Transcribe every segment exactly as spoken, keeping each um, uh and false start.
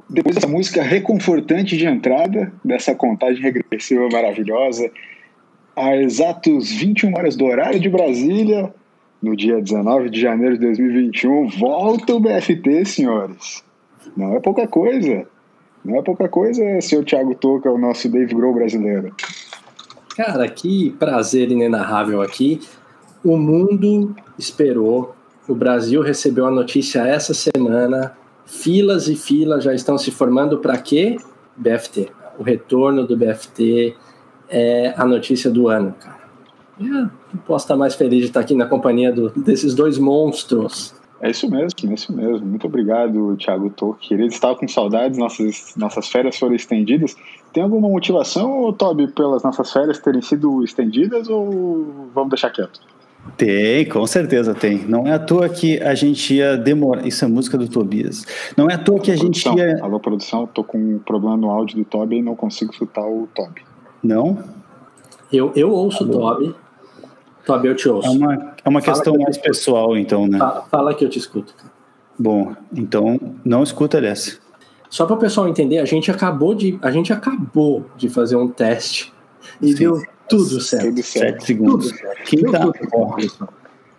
Depois dessa música reconfortante de entrada, dessa contagem regressiva maravilhosa, há exatos vinte e uma horas do horário de Brasília, no dia dezenove de janeiro de dois mil e vinte e um, volta o B F T, senhores. Não é pouca coisa. Não é pouca coisa, senhor Thiago Toca, o nosso Dave Grohl brasileiro. Cara, que prazer inenarrável aqui. O mundo esperou, o Brasil recebeu a notícia essa semana, filas e filas já estão se formando para quê? B F T. O retorno do B F T é a notícia do ano, cara. Eu não posso estar mais feliz de estar aqui na companhia do, desses dois monstros. É isso mesmo, é isso mesmo. Muito obrigado, Thiago Toca. Querido, estava com saudades, nossas, nossas férias foram estendidas. Tem alguma motivação, Toby, pelas nossas férias terem sido estendidas ou vamos deixar quieto? Tem, com certeza tem. Não é à toa que a gente ia demorar. Isso é música do Tobias. Não é à toa que a gente produção. ia. Alô, produção, tô com um problema no áudio do Toby e não consigo escutar o Toby. Não? Eu, eu ouço o Toby. Toby, eu te ouço. É uma, é uma questão que mais pessoal, então, né? Fala, fala que eu te escuto. Bom, então não escuta, aliás. Só para o pessoal entender, a gente acabou de, a gente acabou de fazer um teste e Sim. deu tudo certo. Tudo certo. Sete segundos. Quem tá? Tudo,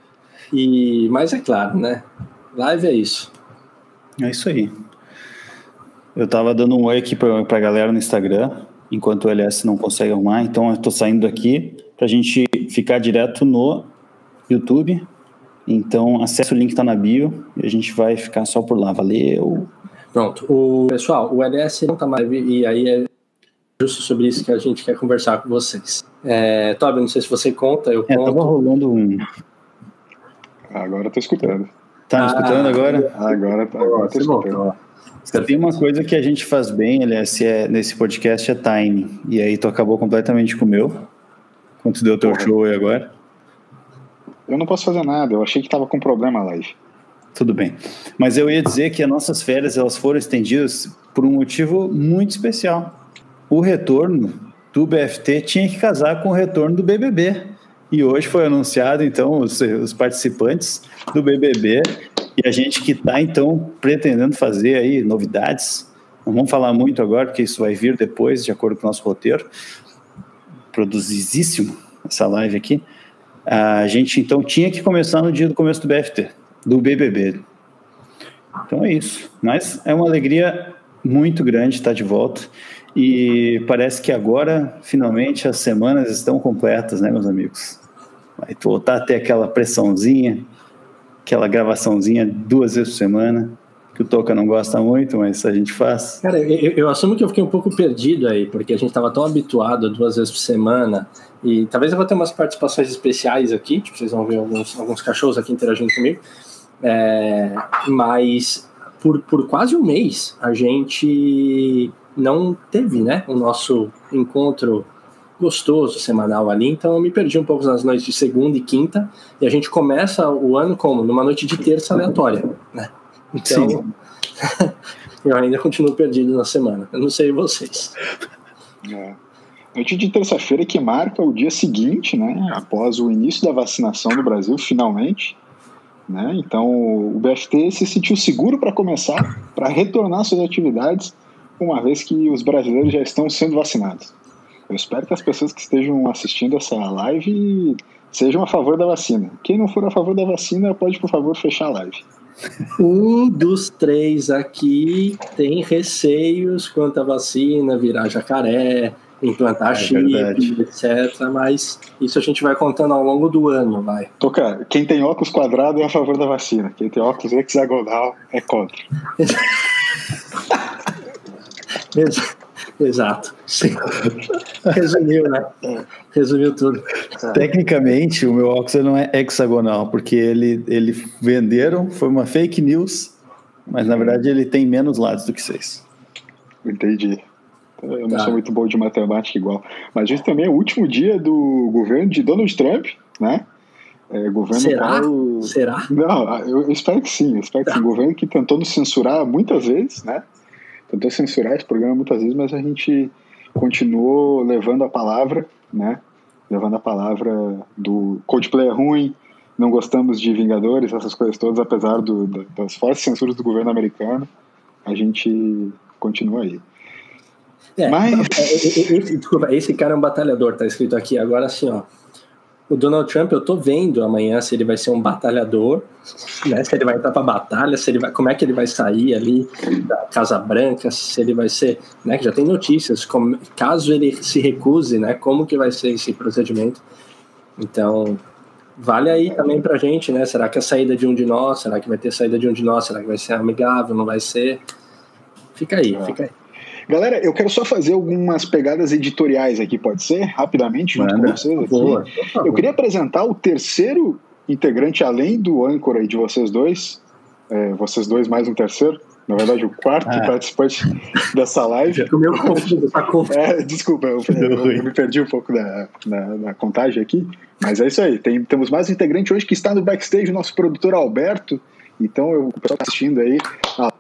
e, mas é claro, né? Live é isso. É isso aí. Eu tava dando um oi aqui pra, pra galera no Instagram, enquanto o L S não consegue arrumar, então eu tô saindo daqui pra gente ficar direto no YouTube. Então acessa o link que tá na bio e a gente vai ficar só por lá. Valeu! Pronto. O, pessoal, o L S não tá mais e aí é justo sobre isso que a gente quer conversar com vocês. É, Toby, não sei se você conta, eu é, conto. Tava rolando um... Agora eu tô escutando. Tá me escutando ah, agora? Agora, agora eu tô escutando. Só tem uma coisa que a gente faz bem, L S, é, nesse podcast é timing. E aí tu acabou completamente com o meu. Quando tu deu teu Porra. show aí agora. Eu não posso fazer nada, eu achei que tava com problema a live. Tudo bem. Mas eu ia dizer que as nossas férias elas foram estendidas por um motivo muito especial. O retorno do B F T tinha que casar com o retorno do B B B. E hoje foi anunciado, então, os, os participantes do B B B e a gente que está, então, pretendendo fazer aí novidades. Não vamos falar muito agora, porque isso vai vir depois, de acordo com o nosso roteiro. Produzidíssimo essa live aqui. A gente, então, tinha que começar no dia do começo do B F T, do B B B. Então é isso. Mas é uma alegria muito grande estar de volta. E parece que agora, finalmente, as semanas estão completas, né, meus amigos? Vai voltar a ter aquela pressãozinha, aquela gravaçãozinha duas vezes por semana, que o Toca não gosta muito, mas a gente faz. Cara, eu, eu assumo que eu fiquei um pouco perdido aí, porque a gente estava tão habituado a duas vezes por semana, e talvez eu vou ter umas participações especiais aqui, tipo, vocês vão ver alguns, alguns cachorros aqui interagindo comigo, é, mas por, por quase um mês a gente não teve, né, o nosso encontro gostoso semanal ali, então eu me perdi um pouco nas noites de segunda e quinta, e a gente começa o ano como? Numa noite de terça aleatória, né? Então, eu ainda continuo perdido na semana. Eu não sei vocês. É. Noite de terça-feira que marca o dia seguinte, né? Após o início da vacinação no Brasil, finalmente. Né? Então, o B F T se sentiu seguro para começar, para retornar suas atividades, uma vez que os brasileiros já estão sendo vacinados. Eu espero que as pessoas que estejam assistindo essa live sejam a favor da vacina. Quem não for a favor da vacina, pode, por favor, fechar a live. Um dos três aqui tem receios quanto à vacina, virar jacaré, implantar é chip, verdade. etcétera. Mas isso a gente vai contando ao longo do ano, vai. Toca, quem tem óculos quadrado é a favor da vacina. Quem tem óculos hexagonal é contra. Exato. Sim. Resumiu, né? Resumiu tudo. Tecnicamente, o meu óculos não é hexagonal, porque ele, ele venderam, foi uma fake news, mas na verdade ele tem menos lados do que seis. Entendi. Eu não tá. sou muito bom de matemática igual. Mas isso também é o último dia do governo de Donald Trump, né? É, governo Será? Qual... Será? Não, eu espero que sim. Eu espero que sim. Governo que tentou nos censurar muitas vezes, né? Tentou censurar esse programa muitas vezes, mas a gente continuou levando a palavra, né? Levando a palavra do Coldplay é ruim, não gostamos de Vingadores, essas coisas todas, apesar do, das fortes censuras do governo americano. A gente continua aí. É, Mas... esse, desculpa, esse cara é um batalhador, tá escrito aqui. Agora, assim, ó, o Donald Trump, eu tô vendo amanhã se ele vai ser um batalhador, né, se ele vai entrar pra batalha, se ele vai, como é que ele vai sair ali da Casa Branca, se ele vai ser, né, que já tem notícias, como, caso ele se recuse, né, como que vai ser esse procedimento. Então, vale aí também pra gente, né, será que a saída de um de nós, será que vai ter saída de um de nós, será que vai ser amigável, não vai ser? Fica aí, é. fica aí. Galera, eu quero só fazer algumas pegadas editoriais aqui, pode ser? Rapidamente, junto Mano, com vocês aqui. Boa, eu queria apresentar o terceiro integrante, além do âncora aí de vocês dois. É, vocês dois mais um terceiro. Na verdade, o quarto ah. participante dessa live. Meu confuso, tá é, desculpa, eu, eu, eu me perdi um pouco da, da, da contagem aqui. Mas é isso aí. Tem, temos mais um integrante hoje que está no backstage, o nosso produtor Alberto. Então, eu, o pessoal está assistindo aí. Ah,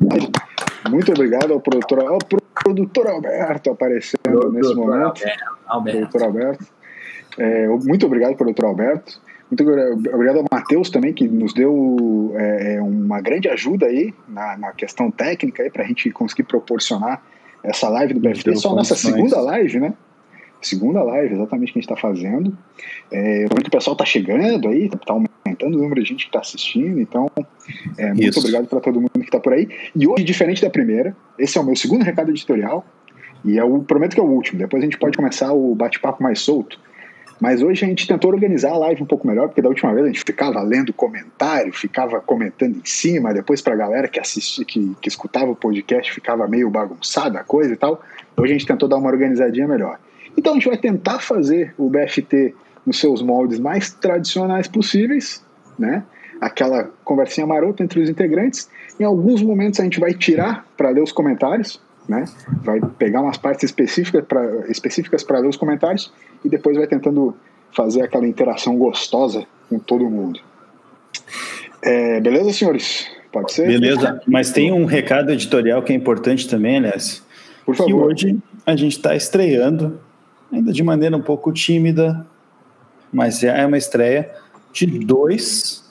muito obrigado ao produtor, ao produtor Alberto aparecendo produtor nesse momento. Alberto. Produtor Alberto. É, muito obrigado, produtor Alberto. Muito obrigado ao Matheus também, que nos deu é, uma grande ajuda aí na, na questão técnica para a gente conseguir proporcionar essa live do B F T. É só a nossa segunda live, né? Segunda live, exatamente, que a gente está fazendo. É, que o pessoal está chegando aí, está aumentando o número de gente que está assistindo, então é, muito Isso. obrigado para todo mundo que está por aí. E hoje, diferente da primeira, esse é o meu segundo recado editorial, e eu prometo que é o último, depois a gente pode começar o bate-papo mais solto. Mas hoje a gente tentou organizar a live um pouco melhor, porque da última vez a gente ficava lendo comentário, ficava comentando em cima, depois para a galera que assistia, que, que escutava o podcast, ficava meio bagunçada a coisa e tal. Hoje a gente tentou dar uma organizadinha melhor. Então a gente vai tentar fazer o B F T nos seus moldes mais tradicionais possíveis, né? Aquela conversinha marota entre os integrantes. Em alguns momentos a gente vai tirar para ler os comentários, né? Vai pegar umas partes específicas para específicas para ler os comentários e depois vai tentando fazer aquela interação gostosa com todo mundo. É, beleza, senhores? Pode ser? Beleza, mas tem um recado editorial que é importante também, aliás. Por favor. Que hoje a gente está estreando, ainda de maneira um pouco tímida, mas é uma estreia de dois,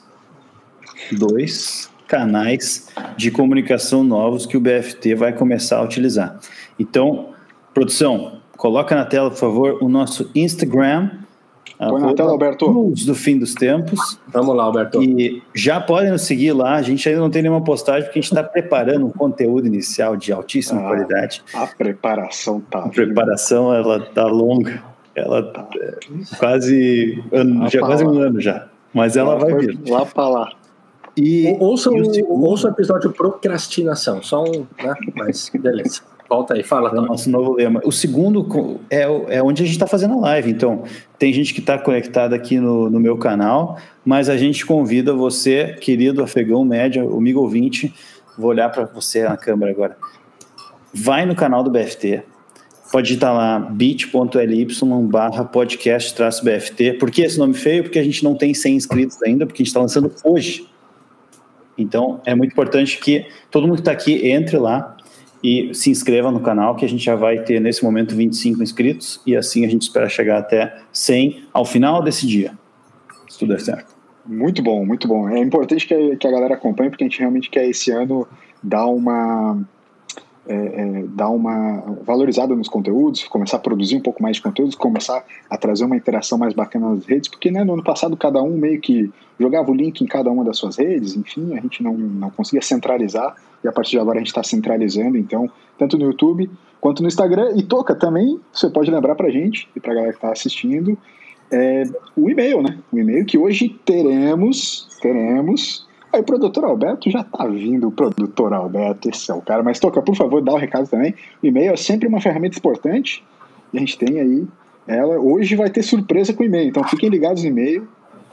dois canais de comunicação novos que o B F T vai começar a utilizar. Então, produção, coloca na tela, por favor, o nosso Instagram. Põe na tela, Alberto. Luz do fim dos tempos. Vamos lá, Alberto. E já podem nos seguir lá. A gente ainda não tem nenhuma postagem, porque a gente está preparando um conteúdo inicial de altíssima ah, qualidade. A preparação tá. A preparação, ela tá longa. Ela tá quase, ano, já, quase um ano já. Mas ela vai vir. Lá para lá. E, ouça, e o, segundo... ouça o episódio procrastinação. Só um, né? Mas beleza. Volta aí, fala. É o nosso novo lema. O segundo é, é onde a gente está fazendo a live. Então, tem gente que está conectada aqui no, no meu canal, mas a gente convida você, querido afegão médio, amigo ouvinte, vou olhar para você na câmera agora. Vai no canal do B F T, pode digitar lá bit.ly barra podcast traço B F T. Por que esse nome feio? Porque a gente não tem cem inscritos ainda, porque a gente está lançando hoje. Então, é muito importante que todo mundo que está aqui entre lá e se inscreva no canal, que a gente já vai ter, nesse momento, vinte e cinco inscritos, e assim a gente espera chegar até cem ao final desse dia, se tudo der certo. Muito bom, muito bom. É importante que a, que a galera acompanhe, porque a gente realmente quer, esse ano, dar uma, é, é, dar uma valorizada nos conteúdos, começar a produzir um pouco mais de conteúdos, começar a trazer uma interação mais bacana nas redes, porque, né, no ano passado cada um meio que jogava o link em cada uma das suas redes, enfim, a gente não, não conseguia centralizar, e a partir de agora a gente está centralizando, então, tanto no YouTube quanto no Instagram. E Toca, também, você pode lembrar pra gente, e pra galera que está assistindo, é, o e-mail, né? O e-mail que hoje teremos, teremos... Aí o produtor Alberto já tá vindo, o produtor Alberto, esse é o cara. Mas Toca, por favor, dá o recado também. O e-mail é sempre uma ferramenta importante, e a gente tem aí ela. Hoje vai ter surpresa com o e-mail, então fiquem ligados no e-mail,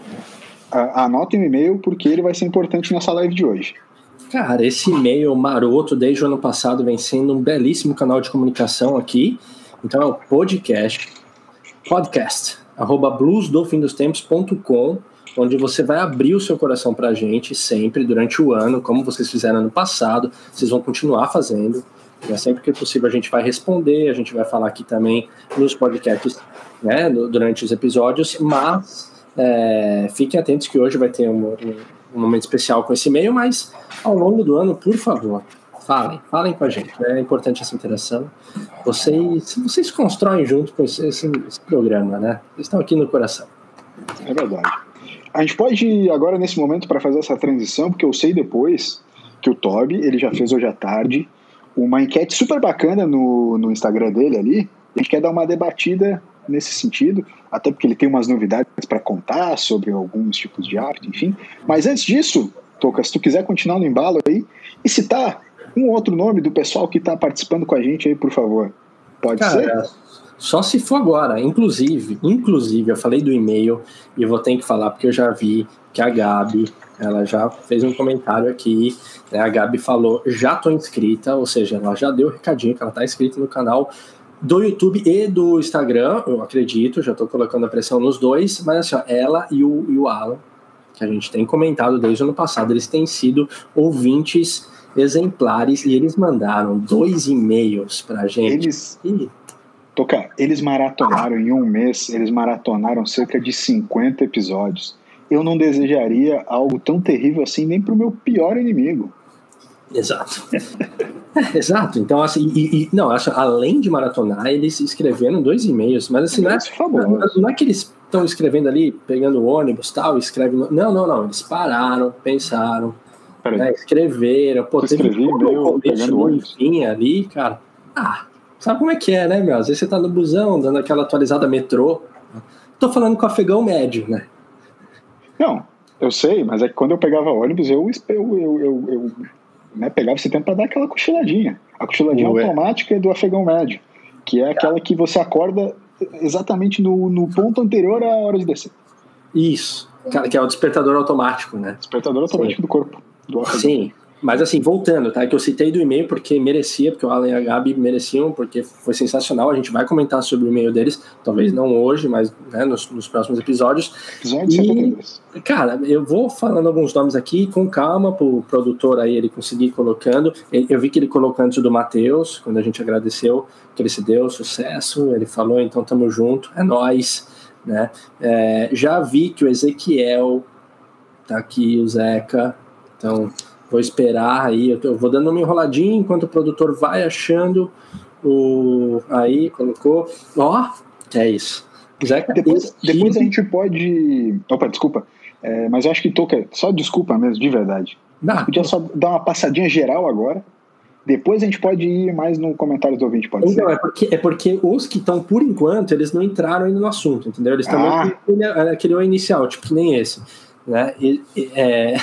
anotem o e-mail, porque ele vai ser importante nessa live de hoje. Cara, esse e-mail maroto desde o ano passado vem sendo um belíssimo canal de comunicação aqui. Então é o podcast, podcast, arroba bluesdofindostempos ponto com, onde você vai abrir o seu coração pra gente sempre, durante o ano, como vocês fizeram ano passado, vocês vão continuar fazendo. E sempre que possível a gente vai responder, a gente vai falar aqui também nos podcasts, né, durante os episódios, mas é, fiquem atentos que hoje vai ter um, um, um momento especial com esse e-mail, mas ao longo do ano, por favor, falem, falem com a gente. É importante essa interação. Vocês, vocês constroem junto com esse, esse, esse programa, né? Vocês estão aqui no coração. É verdade. A gente pode ir agora nesse momento para fazer essa transição, porque eu sei depois que o Toby, ele já fez hoje à tarde uma enquete super bacana no, no Instagram dele ali. A gente quer dar uma debatida nesse sentido, até porque ele tem umas novidades para contar sobre alguns tipos de arte, enfim. Mas antes disso, Toca, se tu quiser continuar no embalo aí e citar um outro nome do pessoal que está participando com a gente aí, por favor. Pode Cara, ser? Só se for agora. Inclusive, inclusive, eu falei do e-mail e eu vou ter que falar porque eu já vi que a Gabi, ela já fez um comentário aqui, né? A Gabi falou, já tô inscrita, ou seja, ela já deu o recadinho que ela tá inscrita no canal do YouTube e do Instagram, eu acredito, já tô colocando a pressão nos dois, mas assim, ó, ela e o, e o Alan, que a gente tem comentado desde o ano passado, eles têm sido ouvintes exemplares e eles mandaram dois e-mails pra gente. Eles... E... Toca, eles maratonaram em um mês, eles maratonaram cerca de cinquenta episódios. Eu não desejaria algo tão terrível assim nem pro meu pior inimigo. Exato. É, exato. Então, assim, e, e, não, acho, além de maratonar, eles escreveram dois e-mails, mas assim, não é, não, não é que eles estão escrevendo ali, pegando o ônibus e tal, escrevem. Não, não, não. Eles pararam, pensaram, né, escreveram. Pô, teve e-mail pegando o ônibus ali, cara. Ah. Sabe como é que é, né, meu? Às vezes você tá no busão, dando aquela atualizada metrô. Tô falando com o afegão médio, né? Não, eu sei, mas é que quando eu pegava ônibus, eu, eu, eu, eu, eu né, pegava esse tempo para dar aquela cochiladinha. A cochiladinha Ué. automática do afegão médio, que é aquela que você acorda exatamente no, no ponto anterior à hora de descer. Isso, que é o despertador automático, né? Despertador automático Sim. do corpo. Do Sim. Mas assim, voltando, tá? Que eu citei do e-mail porque merecia, porque o Alan e a Gabi mereciam, porque foi sensacional. A gente vai comentar sobre o e-mail deles, talvez não hoje, mas né, nos, nos próximos episódios. Episódio setenta e dois. Cara, eu vou falando alguns nomes aqui com calma pro produtor aí ele conseguir colocando. Eu vi que ele colocou antes do Matheus, quando a gente agradeceu que ele se deu sucesso, ele falou, então tamo junto, é nóis, né? É, já vi que o Ezequiel tá aqui, o Zeca, então... Vou esperar aí, eu, tô, eu vou dando uma enroladinha enquanto o produtor vai achando o... Aí, colocou. Ó, oh, é isso. Zeca, depois depois a gente pode... Opa, desculpa. É, mas eu acho que Toca... Só desculpa mesmo, de verdade. Não, podia só dar uma passadinha geral agora. Depois a gente pode ir mais no comentário do ouvinte, pode então, ser? É porque, é porque os que estão, por enquanto, eles não entraram ainda no assunto, entendeu? Eles estão ah. naquele, naquele inicial, tipo que nem esse. Né? E, é,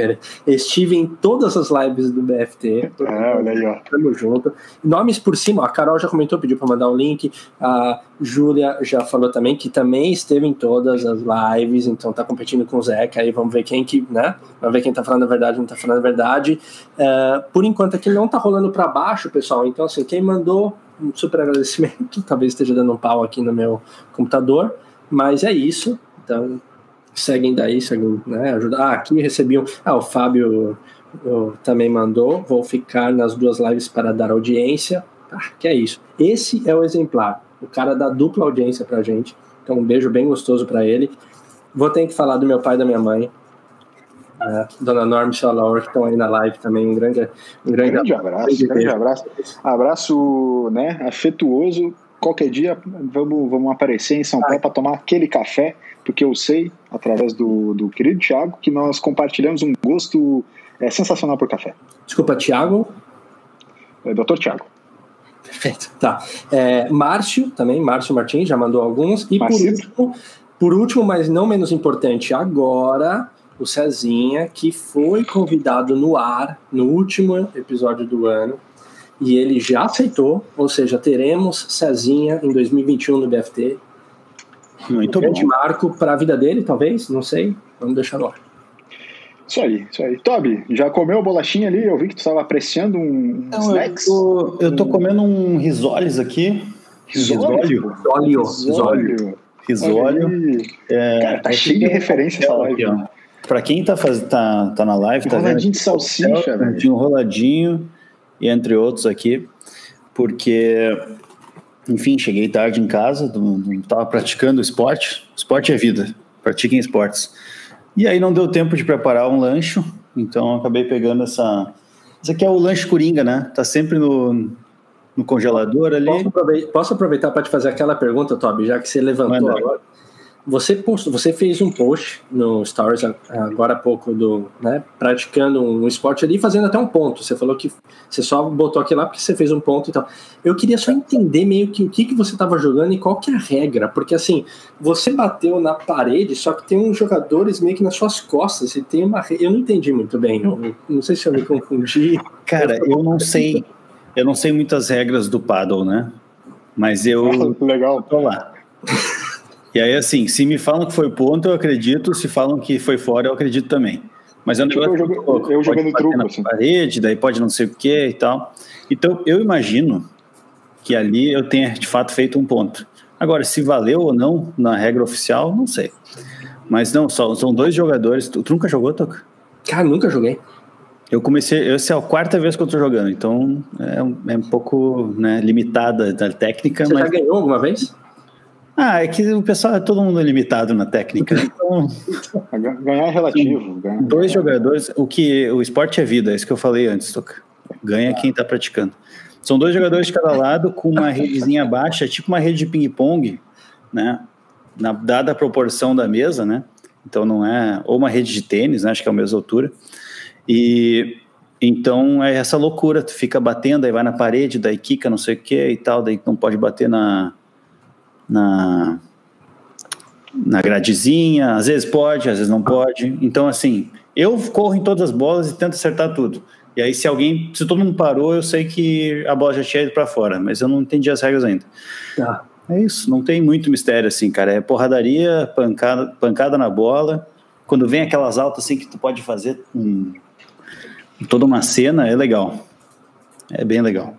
estive em todas as lives do B F T. É, olha aí, ó. Tamo junto. Nomes por cima, ó, a Carol já comentou, pediu para mandar o link. A Júlia já falou também que também esteve em todas as lives, então tá competindo com o Zeca. Aí vamos ver quem que, né? Vamos ver quem tá falando a verdade, não tá falando a verdade. Uh, por enquanto aqui não tá rolando para baixo, pessoal. Então, assim, quem mandou um super agradecimento, talvez esteja dando um pau aqui no meu computador, mas é isso. Então. Seguem daí, seguem, né, ajuda. Ah, aqui recebi um... Ah, o Fábio eu, também mandou. Vou ficar nas duas lives para dar audiência. Ah, que é isso. Esse é o exemplar. O cara dá dupla audiência pra gente. Então, um beijo bem gostoso pra ele. Vou ter que falar do meu pai e da minha mãe. Né, Dona Norma e Sua Laura, que estão aí na live também. Um grande, um grande, grande abraço. Grande abraço. Abraço, né, afetuoso. Qualquer dia vamos, vamos aparecer em São Paulo para tomar aquele café, porque eu sei, através do, do querido Thiago, que nós compartilhamos um gosto é, sensacional por café. Desculpa, Thiago? É, doutor Thiago. Perfeito, tá. É, Márcio também, Márcio Martins, já mandou alguns. E por último, por último, mas não menos importante, agora, o Cezinha, que foi convidado no ar, no último episódio do ano, e ele já aceitou, ou seja, teremos Cezinha em dois mil e vinte e um no B F T. Muito um grande bom. marco para a vida dele, talvez, não sei. Vamos deixar no ar. Isso aí, isso aí. Toby, já comeu bolachinha ali? Eu vi que tu estava apreciando um não, snacks. Eu tô, eu tô comendo um risoles aqui. Risólio? Risólio. Risólio. Risólio. É, cara, tá cheio de referência essa live. Aqui, para quem tá, faz, tá, tá na live, tá roladinho vendo? De salsicha, velho. Tinha um roladinho, e entre outros aqui, porque... Enfim, cheguei tarde em casa, não estava praticando esporte. Esporte é vida, pratiquem esportes. E aí não deu tempo de preparar um lanche, então acabei pegando essa, Isso aqui é o lanche coringa, né? Tá sempre no, no congelador ali. Posso aproveitar, posso aproveitar para te fazer aquela pergunta, Tobi, já que você levantou Manda. agora? Você, post, você fez um post no Stories agora há pouco, do, né, praticando um esporte ali, fazendo até um ponto. Você falou que você só botou aquilo lá porque você fez um ponto e tal. Eu queria só entender meio que o que, que você estava jogando e qual que é a regra. Porque assim, você bateu na parede, só que tem uns jogadores meio que nas suas costas e tem uma... Eu não entendi muito bem. Eu, não sei se eu me confundi. Cara, eu não sei... Eu não sei muitas regras do paddle, né? Mas eu... Legal. Tô lá. E aí, assim, se me falam que foi ponto, eu acredito. Se falam que foi fora, eu acredito também. Mas é um tipo, negócio eu, muito louco. Eu jogando pode bater truco, na assim. parede, daí pode não sei o que e tal. Então, eu imagino que ali eu tenha, de fato, feito um ponto. Agora, se valeu ou não na regra oficial, não sei. Mas não, só, são dois jogadores. Tu, tu nunca jogou, Toca? Cara, nunca joguei. Eu comecei, essa é a quarta vez que eu tô jogando, então é um, é um pouco, né, limitada a técnica. Você mas... já ganhou alguma vez? Ah, é que o pessoal é todo mundo limitado na técnica. Então, ganhar é relativo. Ganhar, dois ganhar. jogadores, o que o esporte é vida, é isso que eu falei antes, Toca. Ganha quem tá praticando. São dois jogadores de cada lado com uma redezinha baixa, tipo uma rede de ping-pong, né? Na dada a proporção da mesa, né? Então não é, ou uma rede de tênis, né? Acho que é a mesma altura. E então é essa loucura, tu fica batendo, aí vai na parede, daí quica, não sei o que e tal, daí não pode bater na na, na gradezinha, às vezes pode, às vezes não pode. Então, assim, eu corro em todas as bolas e tento acertar tudo. E aí, se alguém, se todo mundo parou, eu sei que a bola já tinha ido para fora, mas eu não entendi as regras ainda. Tá. É isso, não tem muito mistério, assim, cara. É porradaria, pancada, pancada na bola. Quando vem aquelas altas, assim, que tu pode fazer um, toda uma cena, é legal. É bem legal.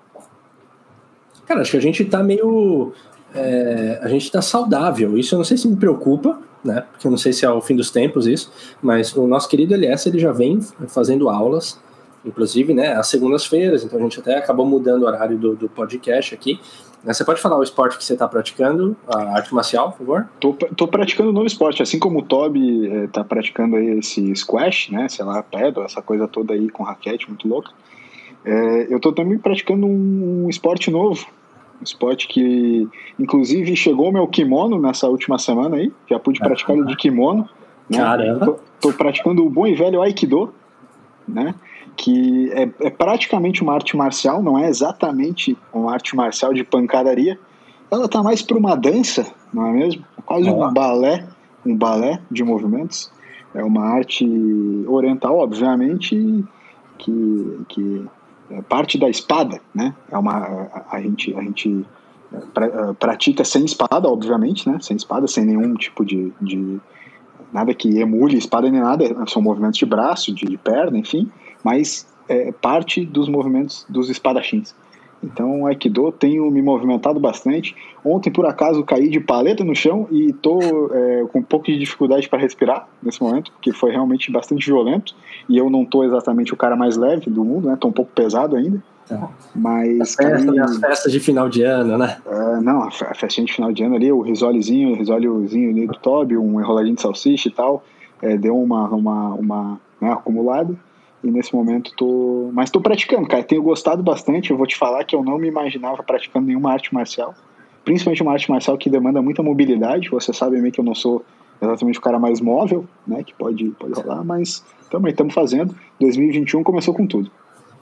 Cara, acho que a gente tá meio... É, a gente tá saudável. Isso eu não sei se me preocupa, né? Porque eu não sei se é o fim dos tempos isso, mas o nosso querido Elias, ele já vem fazendo aulas, inclusive, né, às segundas-feiras, então a gente até acabou mudando o horário do, do podcast aqui. Você pode falar o esporte que você está praticando, a arte marcial, por favor? Tô, tô praticando um novo esporte, assim como o Toby é, tá praticando aí esse squash, né, sei lá, pedal, essa coisa toda aí com raquete, muito louca. É, eu tô também praticando um, um esporte novo, um esporte que, inclusive, chegou o meu kimono nessa última semana aí, já pude praticar ele de kimono. Né? Caramba! Tô, tô praticando o bom e velho Aikido, né? Que é, é praticamente uma arte marcial, não é exatamente uma arte marcial de pancadaria. Ela tá mais para uma dança, não é mesmo? É quase Olá. um balé, um balé de movimentos. É uma arte oriental, obviamente, que, que é parte da espada, né? É uma, a, a gente, a gente pra, pratica sem espada, obviamente, né? Sem espada, sem nenhum tipo de, de nada que emule espada nem nada, são movimentos de braço, de, de perna, enfim, mas é parte dos movimentos dos espadachins. Então, o Aikido, tenho me movimentado bastante. Ontem, por acaso, caí de paleta no chão e estou é, com um pouco de dificuldade para respirar nesse momento, porque foi realmente bastante violento, e eu não estou exatamente o cara mais leve do mundo, né? Estou um pouco pesado ainda. Tá. Mas as, festas, caí... as festas de final de ano, né? É, não, a festinha de final de ano ali, o risolezinho, o risolezinho ali do Toby, um enroladinho de salsicha e tal, é, deu uma, uma, uma né, acumulada. E nesse momento tô... Mas tô praticando, cara. Tenho gostado bastante. Eu vou te falar que eu não me imaginava praticando nenhuma arte marcial. Principalmente uma arte marcial que demanda muita mobilidade. Você sabe meio que eu não sou exatamente o cara mais móvel, né? Que pode, pode rolar, mas também estamos fazendo. dois mil e vinte e um começou com tudo.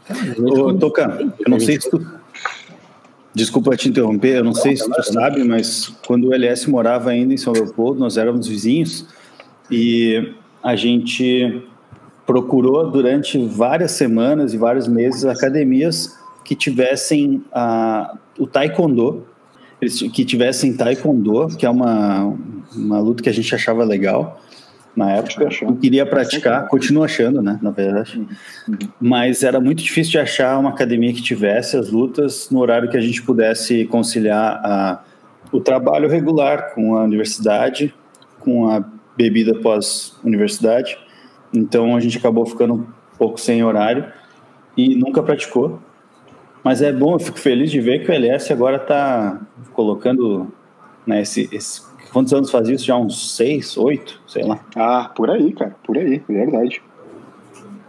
Ô, Toca, eu não sei se tu... Desculpa te interromper, eu não sei se tu sabe, mas quando o L S morava ainda em São Leopoldo, nós éramos vizinhos e a gente procurou durante várias semanas e vários meses academias que tivessem a, o taekwondo, que tivessem taekwondo, que é uma, uma luta que a gente achava legal na época, eu queria praticar, continuo achando, né, na verdade, mas era muito difícil de achar uma academia que tivesse as lutas no horário que a gente pudesse conciliar a, o trabalho regular com a universidade, com a bebida pós-universidade. Então a gente acabou ficando um pouco sem horário e nunca praticou. Mas é bom, eu fico feliz de ver que o L S agora está colocando, né, esse, esse... Quantos anos faz isso? Já uns seis, oito, sei lá. Ah, por aí, cara, por aí, verdade.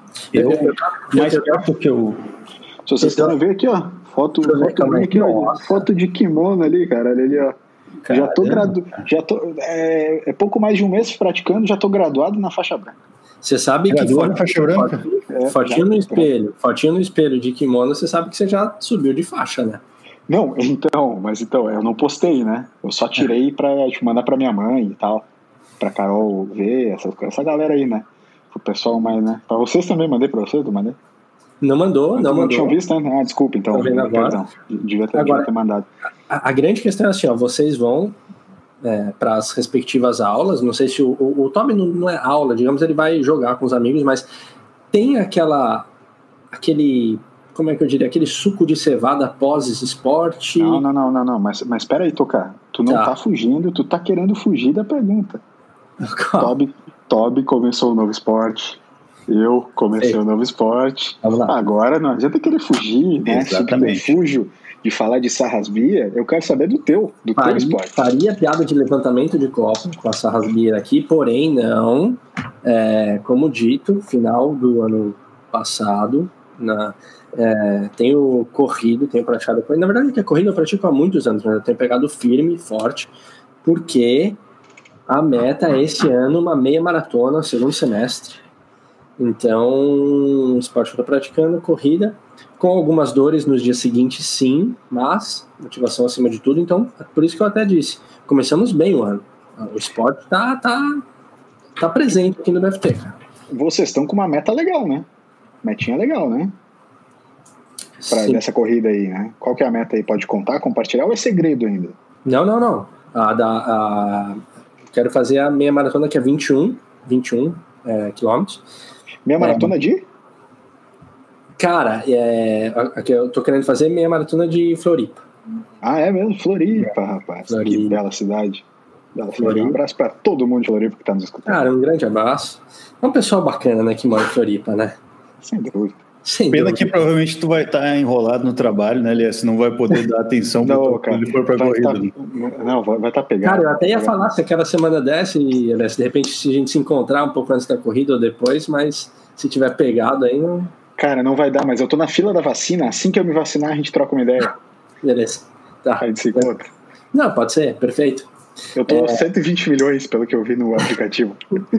Eu, mais perto que eu... Se vocês querem ver aqui, ó, foto, foto, aqui, ó, foto de kimono ali, cara, ali, ó. Caramba. Já tô gradu... já tô é, é pouco mais de um mês praticando, já tô graduado na faixa branca. Você sabe que foto, faixa branca? Fotinho, é, fotinho no espelho, fotinho no espelho de kimono, você sabe que você já subiu de faixa, né? Não, então, mas então, eu não postei, né? Eu só tirei pra te mandar pra minha mãe e tal, pra Carol ver, essa, essa galera aí, né? Pro pessoal mais, né? Pra vocês também, mandei pra vocês, não mandei? Não mandou, não, não mandou. Não tinham visto, né? Ah, desculpa, então. Tô vendo agora. Perdão, devia ter, agora, devia ter mandado. A, a grande questão é assim, ó, vocês vão é, para as respectivas aulas, não sei se o, o, o Toby não, não é aula, digamos, ele vai jogar com os amigos, mas tem aquela, aquele, como é que eu diria, aquele suco de cevada pós esporte. Não, não, não, não, não, mas, mas espera aí, Tocar, tu não tá. tá fugindo, tu tá querendo fugir da pergunta. Toby, Toby começou um novo esporte. Eu comecei um novo esporte. Agora não adianta querer fugir, né? Subterfúgio de falar de sarrasbia. Eu quero saber do teu, do faria, teu esporte. Faria piada de levantamento de copo com a sarrasbia aqui, porém não. É, como dito, final do ano passado, na, é, tenho corrido, tenho praticado. Na verdade, que a corrida eu pratico há muitos anos, mas eu tenho pegado firme e forte, porque a meta é esse ano uma meia maratona, segundo semestre. Então, esporte que eu estou praticando, corrida, com algumas dores nos dias seguintes, sim, mas motivação acima de tudo. Então, é por isso que eu até disse, começamos bem o ano. O esporte tá, tá, tá presente aqui no B F T, cara. Vocês estão com uma meta legal, né? Metinha legal, né? Pra dessa corrida aí, né? Qual que é a meta aí? Pode contar, compartilhar ou é segredo ainda? Não, não, não. A da, a... Quero fazer a meia maratona que é vinte e um é, quilômetros. Meia maratona é, de? Cara, é, eu tô querendo fazer meia maratona de Floripa. Ah, é mesmo? Floripa, rapaz. Floripa. Que bela cidade. Bela cidade. Um abraço pra todo mundo de Floripa que tá nos escutando. Cara, um grande abraço. É um pessoal bacana, né, que mora em Floripa, né? Sem dúvida. Sem Pena dúvida. que provavelmente tu vai estar enrolado no trabalho, né, Elias? Não vai poder dar atenção não, cara, quando ele for pra corrida. Tá, não, vai estar tá pegado. Cara, eu até ia falar se aquela semana desse, e, Elias, de repente se a gente se encontrar um pouco antes da corrida ou depois, mas se tiver pegado aí, não... Cara, não vai dar, mas eu tô na fila da vacina, assim que eu me vacinar a gente troca uma ideia. Beleza. Tá. Aí a gente se encontra. Não, pode ser, perfeito. Eu tô é... cento e vinte milhões, pelo que eu vi no aplicativo.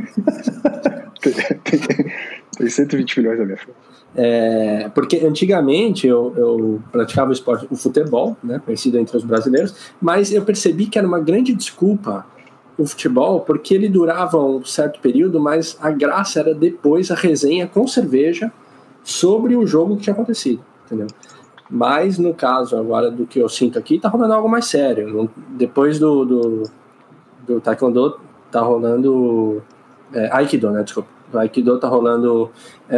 tem, tem, tem cento e vinte milhões na minha frente. É, porque antigamente eu, eu praticava o esporte, o futebol, né, conhecido entre os brasileiros, mas eu percebi que era uma grande desculpa o futebol, porque ele durava um certo período, mas a graça era depois a resenha com cerveja sobre o jogo que tinha acontecido, entendeu? Mas no caso agora do que eu sinto aqui, tá rolando algo mais sério. Depois do, do, do Taekwondo, tá rolando é, Aikido, né, desculpa. O Aikido tá rolando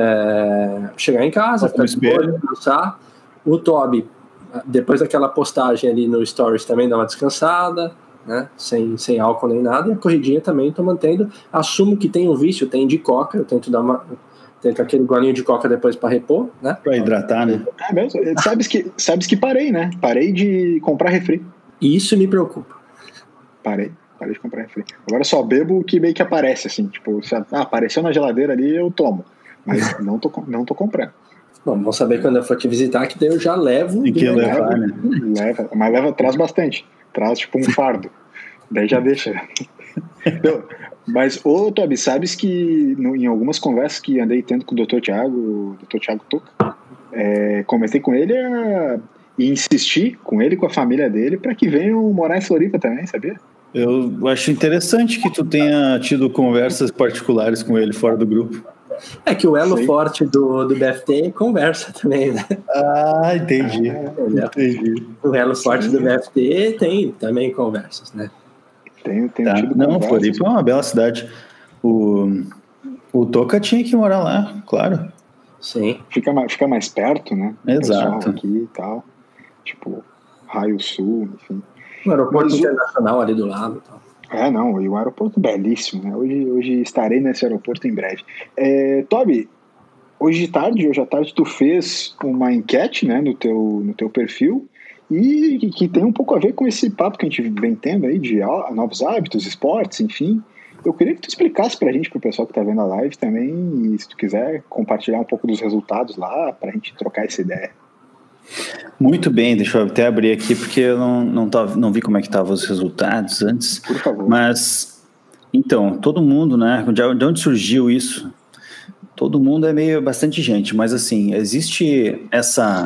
é, chegar em casa, ficar de boa, descansar. O Toby, depois daquela postagem ali no Stories, também dá uma descansada, né? Sem, sem álcool nem nada. E a corridinha também tô mantendo. Assumo que tem um vício, tem de coca. Eu tento dar uma... Tento aquele golinho de coca depois para repor, né? Para hidratar, né? É mesmo. Sabes que, sabes que parei, né? Parei de comprar refri. Isso me preocupa. Parei. Parei de comprar refri. Agora só bebo o que meio que aparece, assim. Tipo, se ah, apareceu na geladeira ali, eu tomo. Mas não tô, não tô comprando. Bom, vamos saber quando eu for te visitar, que daí eu já levo. Tem que levar, né? Leva, mas leva, traz bastante. Traz tipo um fardo. Daí já deixa. Não, mas, ô Toby, sabes que no, em algumas conversas que andei tendo com o doutor Thiago, o doutor Thiago Toca, é, comecei com ele a, e insisti com ele, com a família dele, para que venham morar em Floripa também, sabia? Eu acho interessante que tu tenha tido conversas particulares com ele fora do grupo. É que o elo Sim. forte do, do B F T é conversa também, né? Ah, entendi. Ah, entendi. O elo Sim. forte do B F T tem também conversas, né? Tenho, tenho tá. tido Não, Floripa é uma bela cidade. O, o Toca tinha que morar lá, claro. Sim. Fica mais, fica mais perto, né? Exato. Aqui e tal. Tipo, Raio Sul, enfim. O aeroporto Mas, internacional ali do lado e tal. É, não, e o aeroporto belíssimo, né? Hoje, hoje estarei nesse aeroporto em breve. É, Toby, hoje de tarde, hoje à tarde, tu fez uma enquete, né, no teu, no teu perfil, e que tem um pouco a ver com esse papo que a gente vem tendo aí de novos hábitos, esportes, enfim. Eu queria que tu explicasse pra gente, pro pessoal que tá vendo a live também, e se tu quiser compartilhar um pouco dos resultados lá, pra gente trocar essa ideia. Muito bem, deixa eu até abrir aqui, porque eu não, não, tava, não vi como é que estavam os resultados antes. Por favor. Mas, então, todo mundo, né, de onde surgiu isso? Todo mundo é meio, bastante gente, mas assim, existe essa,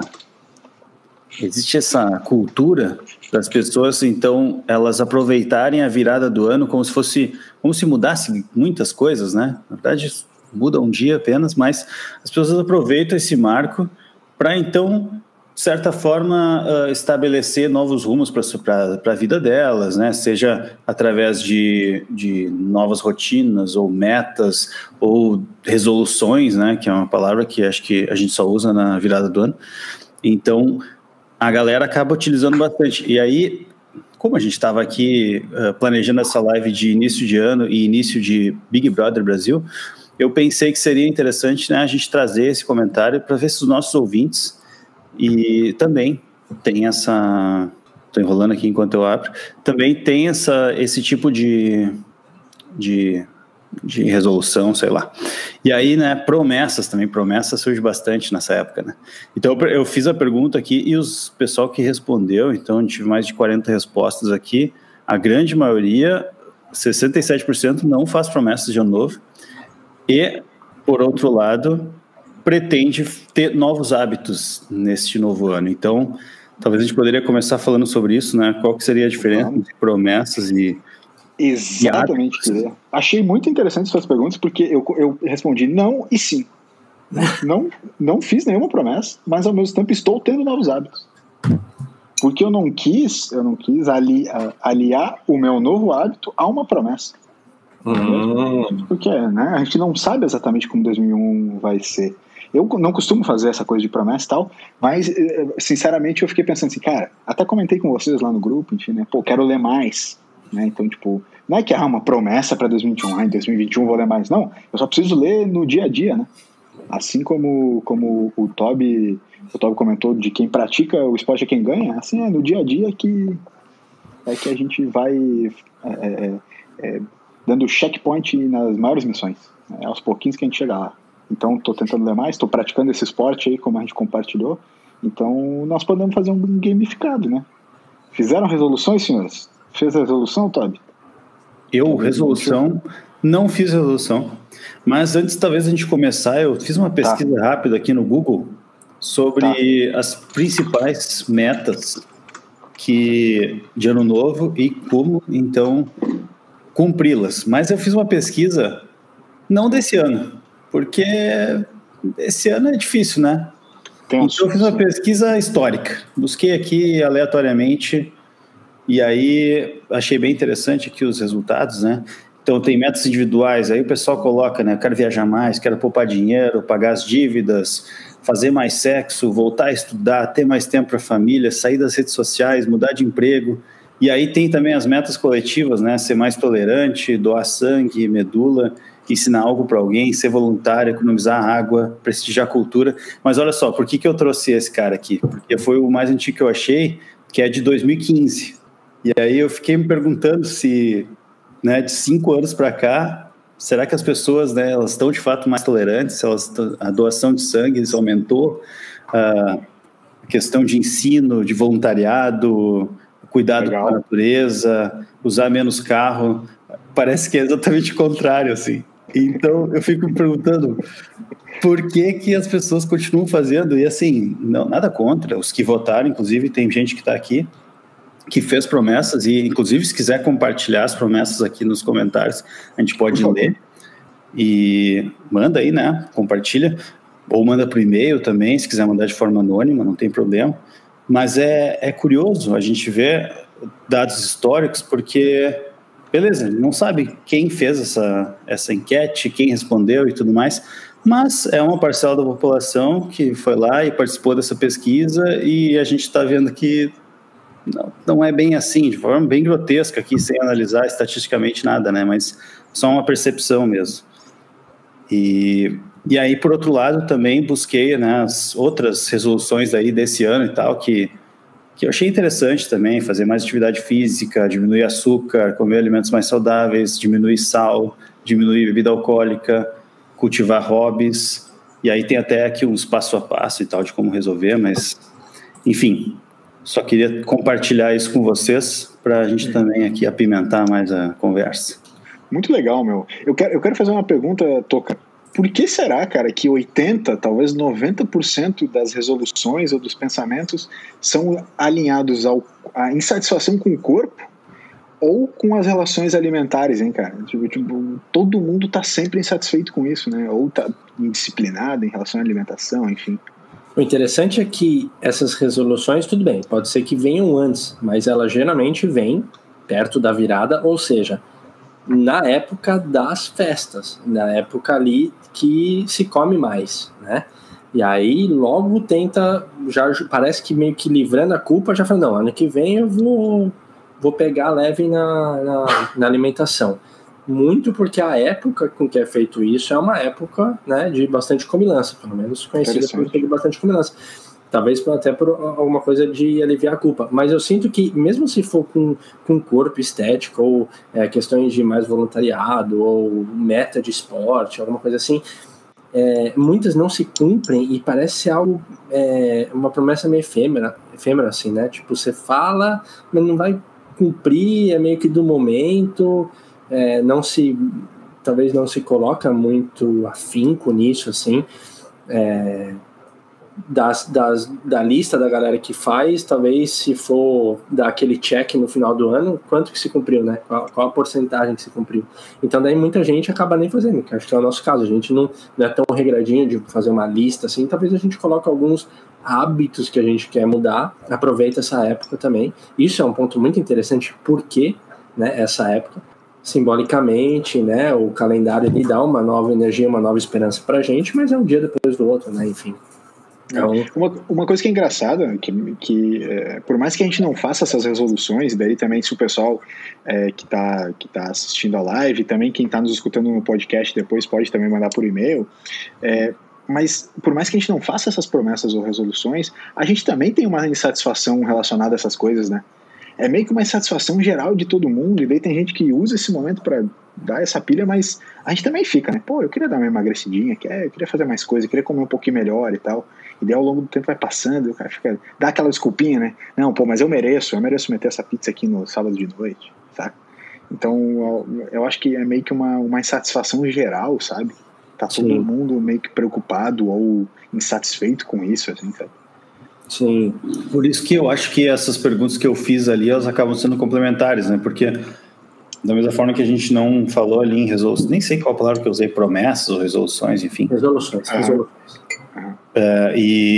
existe essa cultura das pessoas, então, elas aproveitarem a virada do ano como se fosse, como se mudasse muitas coisas, né? Na verdade, muda um dia apenas, mas as pessoas aproveitam esse marco para, então, de certa forma, uh, estabelecer novos rumos para a vida delas, né? Seja através de, de novas rotinas ou metas ou resoluções, né? Que é uma palavra que acho que a gente só usa na virada do ano. Então, a galera acaba utilizando bastante. E aí, como a gente estava aqui uh, planejando essa live de início de ano e início de Big Brother Brasil, eu pensei que seria interessante, né, a gente trazer esse comentário para ver se os nossos ouvintes... E também tem essa... Estou enrolando aqui enquanto eu abro. Também tem essa, esse tipo de, de, de resolução, sei lá. E aí, né, promessas também. Promessas surge bastante nessa época, né? Então, eu fiz a pergunta aqui e os pessoal que respondeu, então, tive mais de quarenta respostas aqui. A grande maioria, sessenta e sete por cento, não faz promessas de ano novo. E, por outro lado... pretende ter novos hábitos neste novo ano. Então, talvez a gente poderia começar falando sobre isso, né? Qual que seria a diferença entre promessas e... Exatamente. E achei muito interessante suas perguntas, porque eu, eu respondi não e sim. Não, não fiz nenhuma promessa, mas ao mesmo tempo estou tendo novos hábitos. Porque eu não quis, eu não quis ali, aliar o meu novo hábito a uma promessa. Uhum. Porque, né, a gente não sabe exatamente como dois mil e um vai ser. Eu não costumo fazer essa coisa de promessa e tal, mas, sinceramente, eu fiquei pensando assim, cara, até comentei com vocês lá no grupo, enfim, né, pô, quero ler mais, né, então, tipo, não é que há uma promessa para dois mil e vinte e um, ah, em dois mil e vinte e um vou ler mais, não, eu só preciso ler no dia a dia, né, assim como, como o Toby, o Toby comentou de quem pratica o esporte é quem ganha, assim, é no dia a dia que, é que a gente vai é, é, é, dando checkpoint nas maiores missões, é aos pouquinhos que a gente chega lá. Então, estou tentando ler mais, estou praticando esse esporte aí, como a gente compartilhou. Então, nós podemos fazer um gamificado, né? Fizeram resoluções, senhores? Fez a resolução, Toby? Eu, resolução, não fiz resolução. Mas antes, talvez, a gente começar, eu fiz uma pesquisa tá. rápida aqui no Google sobre tá. as principais metas que, de ano novo e como, então, cumpri-las. Mas eu fiz uma pesquisa não desse ano, porque esse ano é difícil, né? Então eu fiz uma pesquisa histórica, busquei aqui aleatoriamente e aí achei bem interessante aqui os resultados, né? Então tem metas individuais, aí o pessoal coloca, né? Eu quero viajar mais, quero poupar dinheiro, pagar as dívidas, fazer mais sexo, voltar a estudar, ter mais tempo para a família, sair das redes sociais, mudar de emprego. E aí tem também as metas coletivas, né? Ser mais tolerante, doar sangue, medula, ensinar algo para alguém, ser voluntário, economizar água, prestigiar a cultura. Mas olha só, por que, que eu trouxe esse cara aqui? Porque foi o mais antigo que eu achei, que é de dois mil e quinze. E aí eu fiquei me perguntando se, né, de cinco anos para cá, será que as pessoas, né, elas estão de fato mais tolerantes? Elas, a doação de sangue isso aumentou? A questão de ensino, de voluntariado, cuidado Legal. com a natureza, usar menos carro, parece que é exatamente o contrário, assim. Então, eu fico me perguntando por que que as pessoas continuam fazendo, e assim, não, nada contra, os que votaram, inclusive, tem gente que está aqui, que fez promessas, e inclusive, se quiser compartilhar as promessas aqui nos comentários, a gente pode ler, e manda aí, né, compartilha, ou manda por e-mail também, se quiser mandar de forma anônima, não tem problema, mas é, é curioso a gente ver dados históricos, porque... Beleza, não sabe quem fez essa, essa enquete, quem respondeu e tudo mais, mas é uma parcela da população que foi lá e participou dessa pesquisa e a gente está vendo que não, não é bem assim, de forma bem grotesca aqui, sem analisar estatisticamente nada, né? Mas só uma percepção mesmo. E, e aí, por outro lado, também busquei, né, as outras resoluções aí desse ano e tal, que que eu achei interessante também, fazer mais atividade física, diminuir açúcar, comer alimentos mais saudáveis, diminuir sal, diminuir bebida alcoólica, cultivar hobbies, e aí tem até aqui uns passo a passo e tal de como resolver, mas, enfim, só queria compartilhar isso com vocês, para a gente também aqui apimentar mais a conversa. Muito legal, meu. Eu quero, eu quero fazer uma pergunta, Toca. Por que será, cara, que oitenta, talvez noventa por cento das resoluções ou dos pensamentos são alinhados ao, à insatisfação com o corpo ou com as relações alimentares, hein, cara? Tipo, tipo, todo mundo tá sempre insatisfeito com isso, né? Ou tá indisciplinado em relação à alimentação, enfim. O interessante é que essas resoluções, tudo bem, pode ser que venham antes, mas elas geralmente vêm perto da virada, ou seja, na época das festas, na época ali que se come mais, né? E aí logo tenta, já parece que meio que livrando a culpa, já fala, não, ano que vem eu vou, vou pegar leve na, na, na alimentação. Muito porque a época com que é feito isso é uma época, né, de bastante comilança, pelo menos conhecida por ter bastante comilança. Talvez até por alguma coisa de aliviar a culpa. Mas eu sinto que, mesmo se for com, com corpo estético, ou é, questões de mais voluntariado, ou meta de esporte, alguma coisa assim, é, muitas não se cumprem e parece ser algo, é, uma promessa meio efêmera, efêmera, assim, né? Tipo, você fala, mas não vai cumprir, é meio que do momento, é, não se, talvez não se coloca muito afinco nisso, assim, é... Das, das, da lista da galera que faz, talvez se for dar aquele check no final do ano, quanto que se cumpriu, né? Qual, qual a porcentagem que se cumpriu? Então daí muita gente acaba nem fazendo, que acho que é o nosso caso, a gente não, não é tão regradinho de fazer uma lista assim, talvez a gente coloque alguns hábitos que a gente quer mudar, aproveita essa época também. Isso é um ponto muito interessante, porque, né, essa época, simbolicamente, né, o calendário ele dá uma nova energia, uma nova esperança pra gente, mas é um dia depois do outro, né, enfim. Então, uma, uma coisa que é engraçada, que, que é, por mais que a gente não faça essas resoluções, daí também se o pessoal é, que está que tá assistindo a live, também quem está nos escutando no podcast depois pode também mandar por e-mail, é, mas por mais que a gente não faça essas promessas ou resoluções, a gente também tem uma insatisfação relacionada a essas coisas, né? É meio que uma insatisfação geral de todo mundo, e daí tem gente que usa esse momento para dar essa pilha, mas a gente também fica, né? Pô, eu queria dar uma emagrecidinha, eu queria fazer mais coisa, eu queria comer um pouquinho melhor e tal. E daí ao longo do tempo vai passando, o cara fica, dá aquela desculpinha, né? Não, pô, mas eu mereço, eu mereço meter essa pizza aqui no sábado de noite, sabe? Então eu, eu acho que é meio que uma, uma insatisfação geral, sabe? Tá todo Sim. mundo meio que preocupado ou insatisfeito com isso, assim, sabe? Sim, por isso que eu acho que essas perguntas que eu fiz ali, elas acabam sendo complementares, né? Porque da mesma forma que a gente não falou ali em resoluções, nem sei qual a palavra que eu usei, promessas ou resoluções, enfim. Resoluções, ah. resoluções. Uh,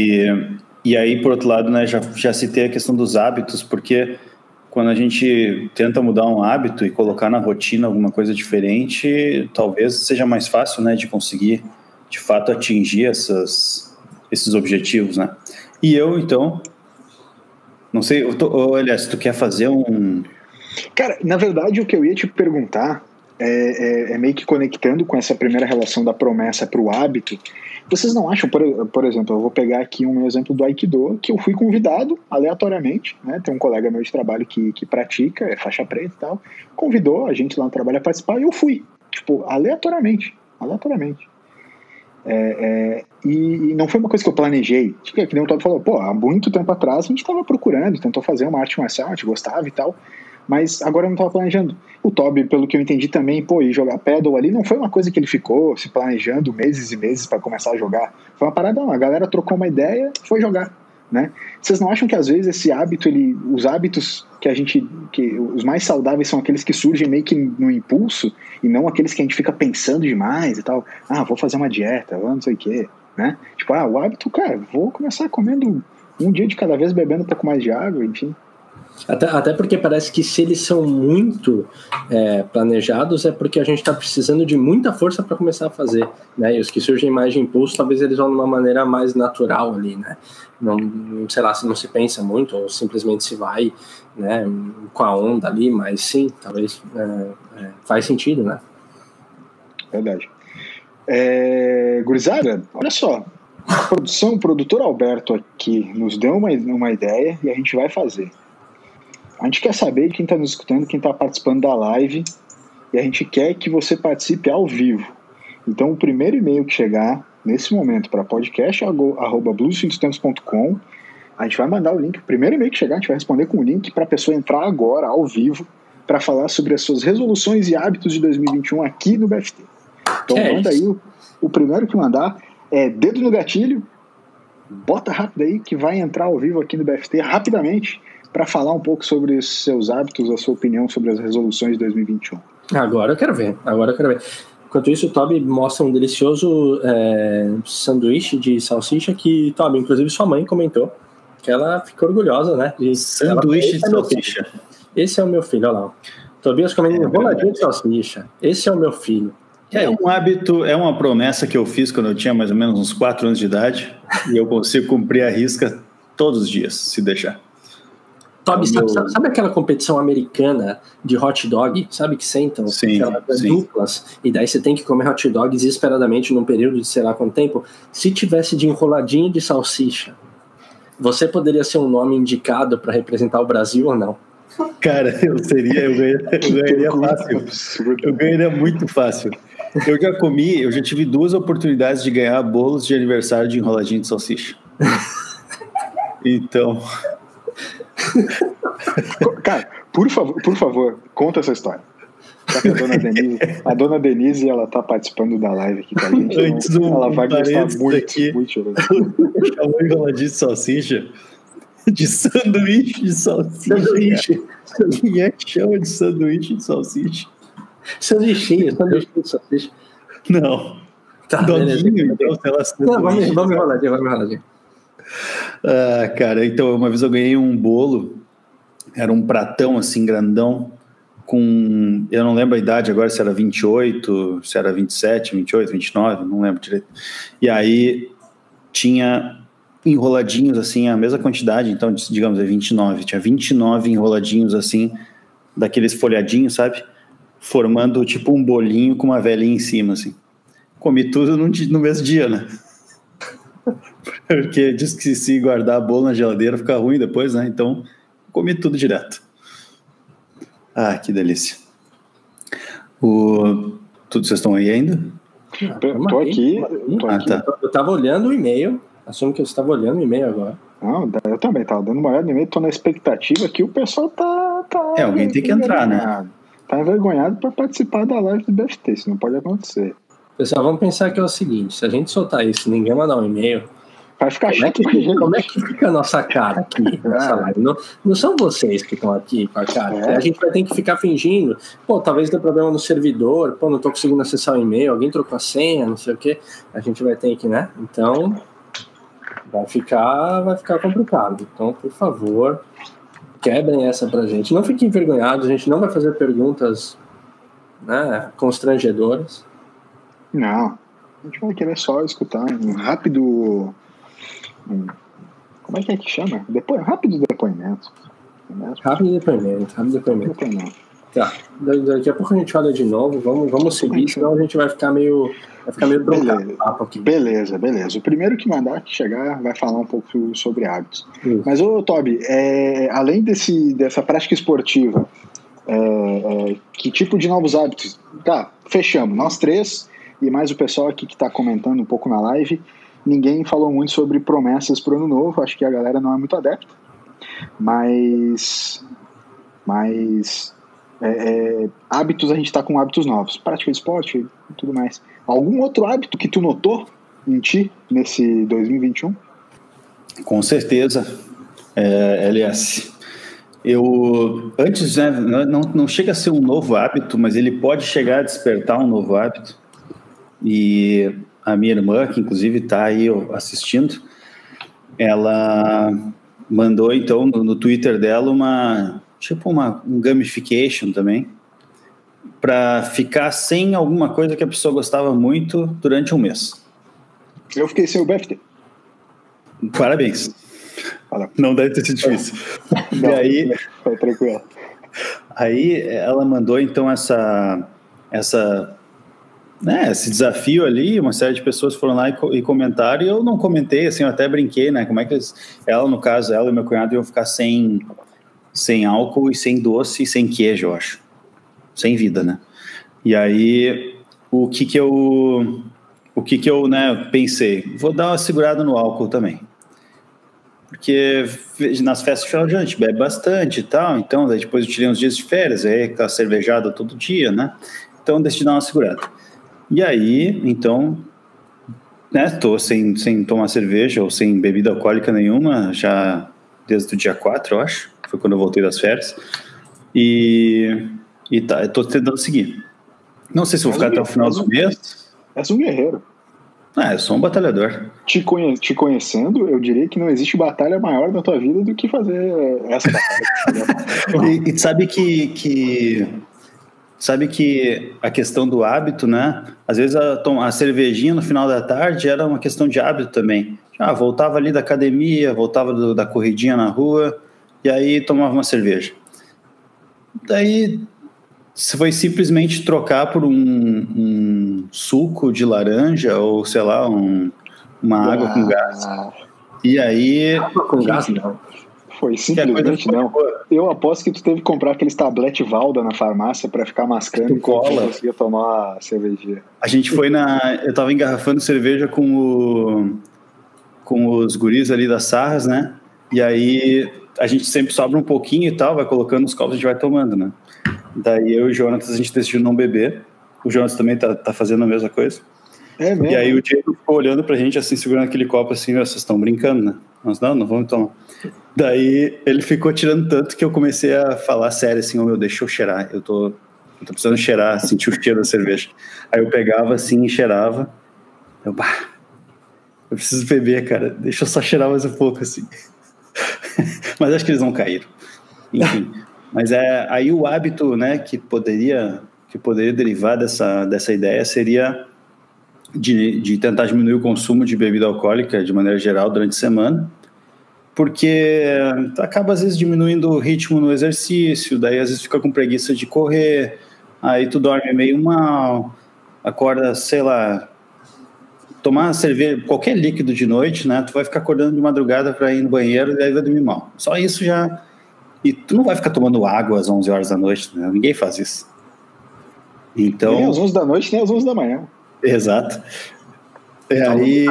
e, e aí, por outro lado, né, já, já citei a questão dos hábitos, porque quando a gente tenta mudar um hábito e colocar na rotina alguma coisa diferente, talvez seja mais fácil, né, de conseguir, de fato, atingir essas, esses objetivos, né? E eu, então, não sei, eu tô, aliás, tu quer fazer um... Cara, na verdade, o que eu ia te perguntar é, é, é meio que conectando com essa primeira relação da promessa para o hábito. Vocês não acham, por, por exemplo, eu vou pegar aqui um exemplo do Aikido, que eu fui convidado aleatoriamente, né? Tem um colega meu de trabalho que, que pratica, é faixa preta e tal, convidou a gente lá no trabalho a participar e eu fui, tipo, aleatoriamente, aleatoriamente. É, é, e, e não foi uma coisa que eu planejei, tipo, que nem o Todd falou, pô, há muito tempo atrás a gente estava procurando, tentou fazer uma arte marcial, a gente gostava e tal, mas agora eu não estava planejando. O Toby, pelo que eu entendi também, pô, e jogar paddle ali não foi uma coisa que ele ficou se planejando meses e meses para começar a jogar, foi uma parada, não, a galera trocou uma ideia, foi jogar, né? Vocês não acham que às vezes esse hábito, ele, os hábitos que a gente, que os mais saudáveis são aqueles que surgem meio que no impulso e não aqueles que a gente fica pensando demais e tal, ah, vou fazer uma dieta, vou não sei o quê, né? Tipo, ah, o hábito, cara, vou começar comendo um dia de cada vez, bebendo um pouco mais de água, enfim. Até, até porque parece que se eles são muito é, planejados é porque a gente está precisando de muita força para começar a fazer, né? E os que surgem mais de impulso, talvez eles vão de uma maneira mais natural ali, né? Não, sei lá, se não se pensa muito ou simplesmente se vai, né, com a onda ali, mas sim, talvez é, é, faz sentido, né? Verdade. É, gurizada, olha só, A produção, o produtor Alberto aqui nos deu uma, uma ideia e a gente vai fazer. A gente quer saber quem está nos escutando, quem está participando da live, e a gente quer que você participe ao vivo. Então, o primeiro e-mail que chegar nesse momento para podcast arroba blues fim dos tempos ponto com, a gente vai mandar o link. O primeiro e-mail que chegar, a gente vai responder com o link para a pessoa entrar agora, ao vivo, para falar sobre as suas resoluções e hábitos de dois mil e vinte e um aqui no B F T. Então, que manda é aí, o, o primeiro que mandar é dedo no gatilho, bota rápido aí que vai entrar ao vivo aqui no B F T rapidamente para falar um pouco sobre os seus hábitos, a sua opinião sobre as resoluções de dois mil e vinte e um. Agora eu quero ver, agora eu quero ver. Enquanto isso, o Toby mostra um delicioso é, sanduíche de salsicha que, Toby, inclusive sua mãe comentou que ela ficou orgulhosa, né? De, sanduíche ela, de salsicha. Esse é o meu filho, olha lá. Tobias comendo é, enroladinho de salsicha. Esse é o meu filho. É um hábito, é uma promessa que eu fiz quando eu tinha mais ou menos uns quatro anos de idade e eu consigo cumprir a risca todos os dias, se deixar. Toby, sabe, meu... sabe, sabe aquela competição americana de hot dog? Sabe que sentam sim, sim. duplas e daí você tem que comer hot dog desesperadamente num período de sei lá quanto tempo? Se tivesse de enroladinho de salsicha, você poderia ser um nome indicado para representar o Brasil ou não? Cara, eu seria, eu ganharia, eu ganharia fácil. Eu ganharia muito fácil. Eu já comi, eu já tive duas oportunidades de ganhar bolos de aniversário de enroladinho de salsicha. Então... Cara, por favor, por favor, conta essa história. A dona Denise, a dona Denise, ela tá participando da live aqui com a gente. Antes então, um ela vai gostar muito, aqui, muito. Chamou enroladinho de salsicha de sanduíche de salsicha. Sanduíche. Quem é que chama de sanduíche de salsicha? Sanduichinho, sanduichinho de salsicha. Não. Tá, Doguinho, então, sei lá. Não, vamos, vamos enroladinho, vamos enroladinho. Ah, cara, então uma vez eu ganhei um bolo, era um pratão assim grandão, com, eu não lembro a idade agora, se era vinte e oito, se era vinte e sete, vinte e oito, vinte e nove, não lembro direito. E aí tinha enroladinhos assim, a mesma quantidade, então digamos é vinte e nove, tinha vinte e nove enroladinhos assim, daqueles folhadinhos, sabe? Formando tipo um bolinho com uma velhinha em cima assim. Comi tudo no, no mesmo dia, né? Porque diz que se guardar bolo na geladeira fica ruim depois, né? Então, comi tudo direto. Ah, que delícia. O... Tudo, vocês estão aí ainda? Ah, tô aqui. Tô ah, aqui. Tá. Eu estava olhando o e-mail. Assumo que eu estava olhando o e-mail agora. Não, eu também estava dando uma olhada no e-mail. Tô na expectativa que o pessoal tá... tá é, alguém tem que entrar, né? Tá envergonhado para participar da live do B F T. Isso não pode acontecer. Pessoal, vamos pensar que é o seguinte. Se a gente soltar isso e ninguém mandar um e-mail... Vai ficar como, é que, como é que fica a nossa cara aqui nessa live? Não, não são vocês que estão aqui com a cara. É. A gente vai ter que ficar fingindo. Pô, talvez dê problema no servidor. Pô, não estou conseguindo acessar o e-mail. Alguém trocou a senha, não sei o quê. A gente vai ter que, né? Então, vai ficar, vai ficar complicado. Então, por favor, quebrem essa pra gente. Não fiquem envergonhados. A gente não vai fazer perguntas, né, constrangedoras. Não. A gente vai querer só escutar um rápido... Como é que é que chama? Depo... Rápido depoimento. Rápido depoimento, rápido depoimento. depoimento. Tá, daqui a pouco a gente olha de novo, vamos, vamos seguir, senão a gente vai ficar meio, vai ficar meio beleza. Aqui. beleza, beleza. O primeiro que mandar que chegar vai falar um pouco sobre hábitos. Isso. Mas, ô Toby, é, além desse, dessa prática esportiva, é, é, que tipo de novos hábitos? Tá, fechamos, nós três e mais o pessoal aqui que está comentando um pouco na live. Ninguém falou muito sobre promessas para o ano novo, acho que a galera não é muito adepta, mas, mas é, é, hábitos, a gente está com hábitos novos, prática de esporte e tudo mais. Algum outro hábito que tu notou em ti nesse dois mil e vinte e um? Com certeza, é, L S. Eu, antes, né, não, não chega a ser um novo hábito, mas ele pode chegar a despertar um novo hábito. E a minha irmã, que inclusive está aí assistindo, ela mandou então no, no Twitter dela uma, tipo uma um gamification também, para ficar sem alguma coisa que a pessoa gostava muito durante um mês. Eu fiquei sem o B F T. Parabéns. Não deve ter sido difícil. Não, e aí, foi tranquilo. Aí ela mandou então essa, essa né, esse desafio ali, uma série de pessoas foram lá e, e comentaram, e eu não comentei, assim, eu até brinquei, né, como é que eles, ela, no caso, ela e meu cunhado iam ficar sem, sem álcool e sem doce e sem queijo, eu acho. Sem vida, né? E aí, o que que eu, o que que eu, né, pensei? Vou dar uma segurada no álcool também. Porque nas festas de final de ano a gente bebe bastante e tal, então daí depois eu tirei uns dias de férias, aí aquela cervejada todo dia, né? Então decidi dar uma segurada. E aí, então, né, tô sem, sem tomar cerveja ou sem bebida alcoólica nenhuma, já desde o dia quatro, eu acho, foi quando eu voltei das férias, e, e tá, eu tô tentando seguir. Não sei se vou ficar até o final do mês. És um guerreiro. Ah, eu sou um batalhador. Te, conhe- te conhecendo, eu diria que não existe batalha maior na tua vida do que fazer essa batalha. e, e sabe que, que sabe que a questão do hábito, né? Às vezes a, a cervejinha no final da tarde era uma questão de hábito também. Ah, voltava ali da academia, voltava do, da corridinha na rua e aí tomava uma cerveja. Daí você foi simplesmente trocar por um, um suco de laranja ou, sei lá, um, uma ah, água com gás. E aí... Água com gás, não. Foi simplesmente não. Eu aposto que tu teve que comprar aqueles tablete Valda na farmácia para ficar mascando e cola. conseguia tomar cervejinha. A gente foi na... Eu tava engarrafando cerveja com o... com os guris ali das Sarras, né? E aí a gente sempre sobra um pouquinho e tal, vai colocando nos copos e a gente vai tomando, né? Daí eu e o Jonas, a gente decidiu não beber. O Jonas também tá, tá fazendo a mesma coisa. É mesmo? E aí o Diego ficou olhando pra gente, assim, segurando aquele copo, assim, vocês estão brincando, né? Nós, não, não vamos tomar. Daí ele ficou tirando tanto que eu comecei a falar sério, assim, ô oh, meu, deixa eu cheirar. Eu tô, eu tô precisando cheirar, sentir o cheiro da cerveja. Aí eu pegava, assim, e cheirava. Eu, bah, eu preciso beber, cara. Deixa eu só cheirar mais um pouco, assim. Mas acho que eles não caíram. Enfim... Mas é, aí o hábito, né, que poderia, que poderia derivar dessa, dessa ideia seria de, de tentar diminuir o consumo de bebida alcoólica de maneira geral durante a semana, porque acaba às vezes diminuindo o ritmo no exercício, daí às vezes fica com preguiça de correr, aí tu dorme meio mal, acorda, sei lá, tomar cerveja, qualquer líquido de noite, né, tu vai ficar acordando de madrugada para ir no banheiro e aí vai dormir mal. Só isso já... E tu não vai ficar tomando água às onze horas da noite, né? Ninguém faz isso. Então... Nem às onze da noite, nem às onze da manhã. Exato. E aí...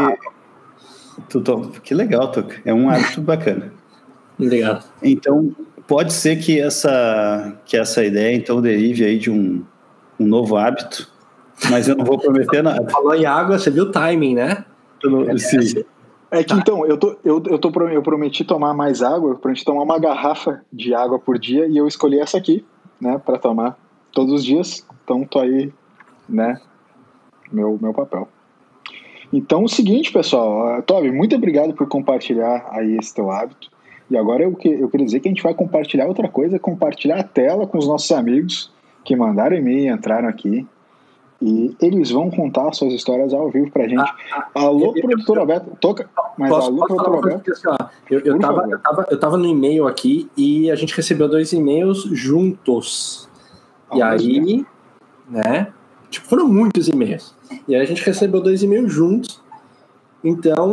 Tu to... Que legal, Tuca. É um hábito bacana. Obrigado. Então, pode ser que essa, que essa ideia, então, derive aí de um, um novo hábito, mas eu não vou prometer nada. Falou em água, você viu o timing, né? Eu não... Sim. É que então, eu, tô, eu, eu, tô, eu prometi tomar mais água, eu prometi tomar uma garrafa de água por dia e eu escolhi essa aqui, né, para tomar todos os dias. Então, tô aí, né, meu, meu papel. Então, o seguinte, pessoal, Toby, muito obrigado por compartilhar aí esse teu hábito. E agora eu, eu queria dizer que a gente vai compartilhar outra coisa, compartilhar a tela com os nossos amigos que mandaram e-mail, entraram aqui. E eles vão contar suas histórias ao vivo pra gente. Ah, ah, alô, eu, produtor eu, Alberto. Toca. Mas posso, alô, posso produtor Alberto. Assim, ó, eu, eu, tava, eu, tava, eu tava no e-mail aqui e a gente recebeu dois e-mails juntos. Ah, e aí, né? Tipo, foram muitos e-mails. E aí a gente recebeu dois e-mails juntos. Então,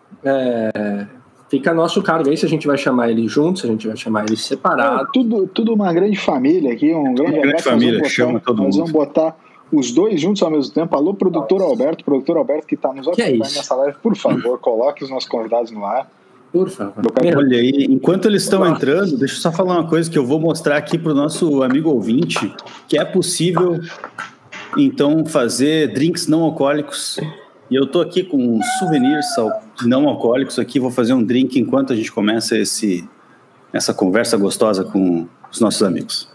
é, fica a nosso cargo aí se a gente vai chamar eles juntos, se a gente vai chamar eles separados. É, tudo, tudo uma grande família aqui, um grande, uma grande família, botar, chama todo nós mundo. Nós vamos botar os dois juntos ao mesmo tempo. Alô, produtor Alberto, produtor Alberto que está nos acompanhando é nessa live, por favor, coloque os nossos convidados no ar. Por favor. Olha aí, enquanto eles estão entrando, deixa eu só falar uma coisa que eu vou mostrar aqui para o nosso amigo ouvinte, que é possível, então, fazer drinks não alcoólicos. E eu tô aqui com souvenirs não alcoólicos aqui, vou fazer um drink enquanto a gente começa esse, essa conversa gostosa com os nossos amigos.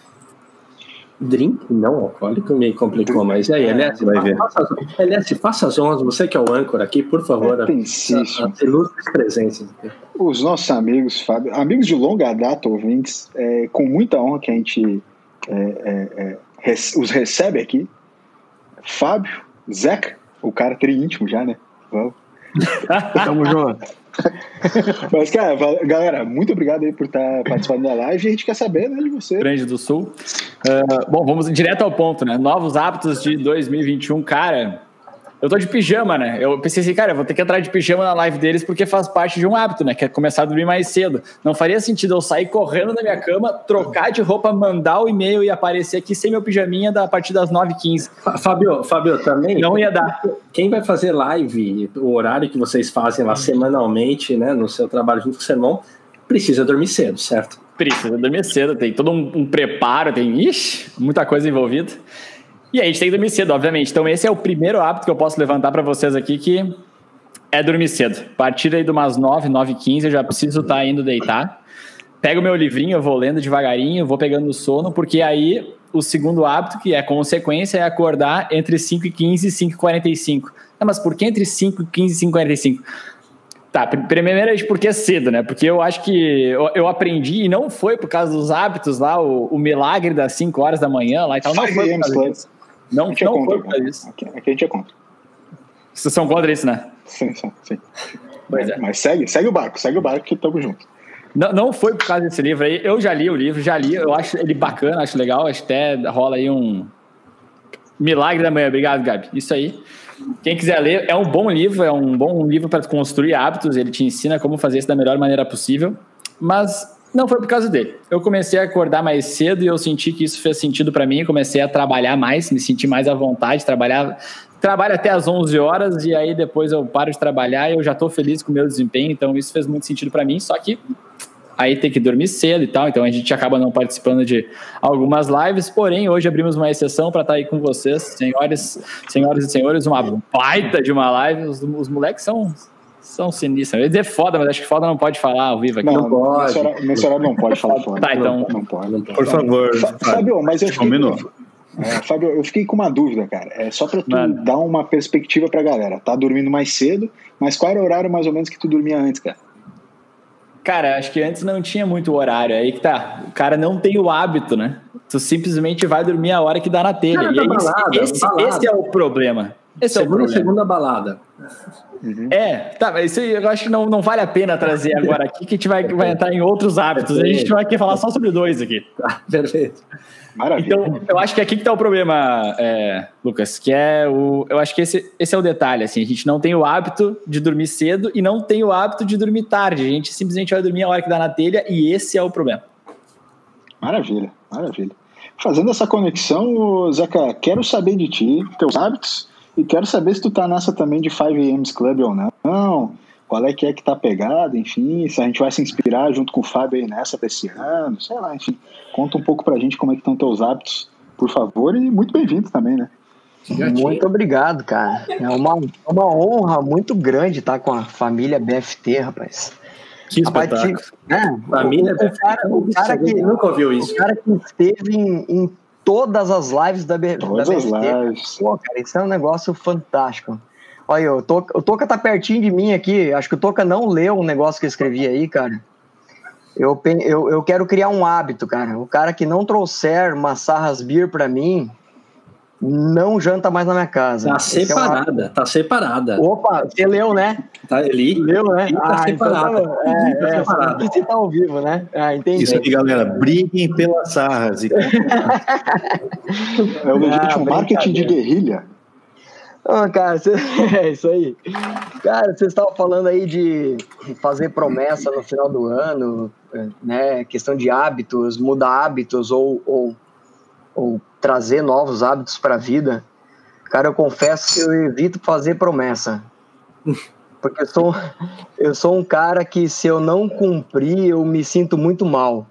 Drink não alcoólico me complicou, mas e aí, Elias, vai ver. Faça, Elias, faça as honras, você que é o âncora aqui, por favor. É ilustres presenças. Os nossos amigos, Fábio, amigos de longa data, ouvintes, é, com muita honra que a gente é, é, é, res, os recebe aqui. Fábio, Zeca, o cara tri íntimo já, né? Vamos. Tamo junto. Mas, cara, galera, muito obrigado aí por estar participando da live. A gente quer saber, né, de você. Grande do Sul. Uh, bom, vamos direto ao ponto, né? Novos hábitos de dois mil e vinte e um, cara. Eu tô de pijama, né? Eu pensei assim, cara, eu vou ter que entrar de pijama na live deles porque faz parte de um hábito, né? Que é começar a dormir mais cedo. Não faria sentido eu sair correndo da minha cama, trocar de roupa, mandar o e-mail e aparecer aqui sem meu pijaminha a partir das nove e quinze. Fábio, Fábio, também... Não ia dar. Quem vai fazer live, o horário que vocês fazem lá semanalmente, né? No seu trabalho junto com o seu irmão, precisa dormir cedo, certo? Precisa dormir cedo. Tem todo um, um preparo, tem, ixi, muita coisa envolvida. E aí a gente tem que dormir cedo, obviamente. Então esse é o primeiro hábito que eu posso levantar para vocês aqui, que é dormir cedo. A partir aí de umas nove, nove e quinze eu já preciso estar indo deitar. Pego o meu livrinho, eu vou lendo devagarinho, vou pegando o sono, porque aí o segundo hábito, que é consequência, é acordar entre cinco e quinze e cinco e quarenta e cinco. Ah, mas por que entre cinco e quinze e cinco e quarenta e cinco? Tá, primeiramente porque é cedo, né? Porque eu acho que eu, eu aprendi, e não foi por causa dos hábitos lá, o, o milagre das cinco horas da manhã lá e tal, não foi por causa disso. Não, não contra, foi por causa disso. Aqui, aqui a gente é contra. Vocês são contra isso, né? Sim, sim, sim. Pois é. Mas segue, segue o barco, segue o barco que estamos juntos. Não, não foi por causa desse livro aí. Eu já li o livro, já li. Eu acho ele bacana, acho legal. Acho que até rola aí um milagre da manhã. Obrigado, Gabi. Isso aí. Quem quiser ler, é um bom livro. É um bom livro para construir hábitos. Ele te ensina como fazer isso da melhor maneira possível. Mas não foi por causa dele. Eu comecei a acordar mais cedo e eu senti que isso fez sentido para mim. Comecei a trabalhar mais, me senti mais à vontade. Trabalhar, trabalho até às onze horas e aí depois eu paro de trabalhar e eu já estou feliz com o meu desempenho. Então isso fez muito sentido para mim. Só que aí tem que dormir cedo e tal. Então a gente acaba não participando de algumas lives. Porém, hoje abrimos uma exceção para estar aí com vocês, senhores, senhoras e senhores. Uma baita de uma live. Os, os moleques são... São sinistros. Eu ia dizer foda, mas acho que foda não pode falar ao vivo aqui. Não, não pode. Nesse horário não pode falar foda. Tá, então. Não pode. Não pode. Por favor. Fábio, mas eu fiquei, Combinou. é, Fábio, eu fiquei com uma dúvida, cara. É só pra tu Mano. dar uma perspectiva pra galera. Tá dormindo mais cedo, mas qual era o horário mais ou menos que tu dormia antes, cara? Cara, acho que antes não tinha muito horário. Aí que tá. O cara não tem o hábito, né? Tu simplesmente vai dormir a hora que dá na telha. Cara, e aí, balada, esse, balada. esse é o problema. Esse é o Segunda e problema. segunda balada. Uhum. É, tá, mas isso aí eu acho que não, não vale a pena trazer agora aqui, que a gente vai, vai entrar em outros hábitos. A gente vai aqui falar só sobre dois aqui. Tá, perfeito. Maravilha. Então, eu acho que aqui que tá o problema, é, Lucas, que é o... Eu acho que esse, esse é o detalhe, assim, a gente não tem o hábito de dormir cedo e não tem o hábito de dormir tarde. A gente simplesmente vai dormir a hora que dá na telha e esse é o problema. Maravilha, maravilha. Fazendo essa conexão, Zeca, quero saber de ti, teus hábitos, e quero saber se tu tá nessa também de cinco A M's Club ou não, qual é que é que tá pegado, enfim, se a gente vai se inspirar junto com o Fábio aí nessa desse ano, sei lá, enfim, conta um pouco pra gente como é que estão teus hábitos, por favor, e muito bem-vindo também, né? Muito obrigado, cara. É uma, uma honra muito grande estar com a família B F T, rapaz. Que A partir, espetáculo. né, Família o, o, cara, o, cara que, nunca ouviu isso. o cara que esteve em, em todas as lives da, B, Todas da as B F T. lives. Pô, cara, isso é um negócio fantástico. Olha, o Toca, o Toca tá pertinho de mim aqui. Acho que o Toca não leu um negócio que eu escrevi aí, cara. Eu, eu, eu quero criar um hábito, cara. O cara que não trouxer uma Sarras Beer pra mim, não janta mais na minha casa. Tá Esse separada, é um... tá separada. Opa, você leu, né? Tá ali. Leu, né? Tá Ah, separada. então tá, é, Tá é, separada. você tá ao vivo, né? Ah, entendi. Isso aí, galera. Briguem pelas sarras. E... É o legítimo Ah, marketing de guerrilha. Ah, cara, cê... é isso aí. Cara, vocês estavam falando aí de fazer promessa no final do ano, né? Questão de hábitos, mudar hábitos ou, ou, ou trazer novos hábitos para a vida. Cara, eu confesso que eu evito fazer promessa. Porque eu sou, eu sou um cara que, se eu não cumprir, eu me sinto muito mal.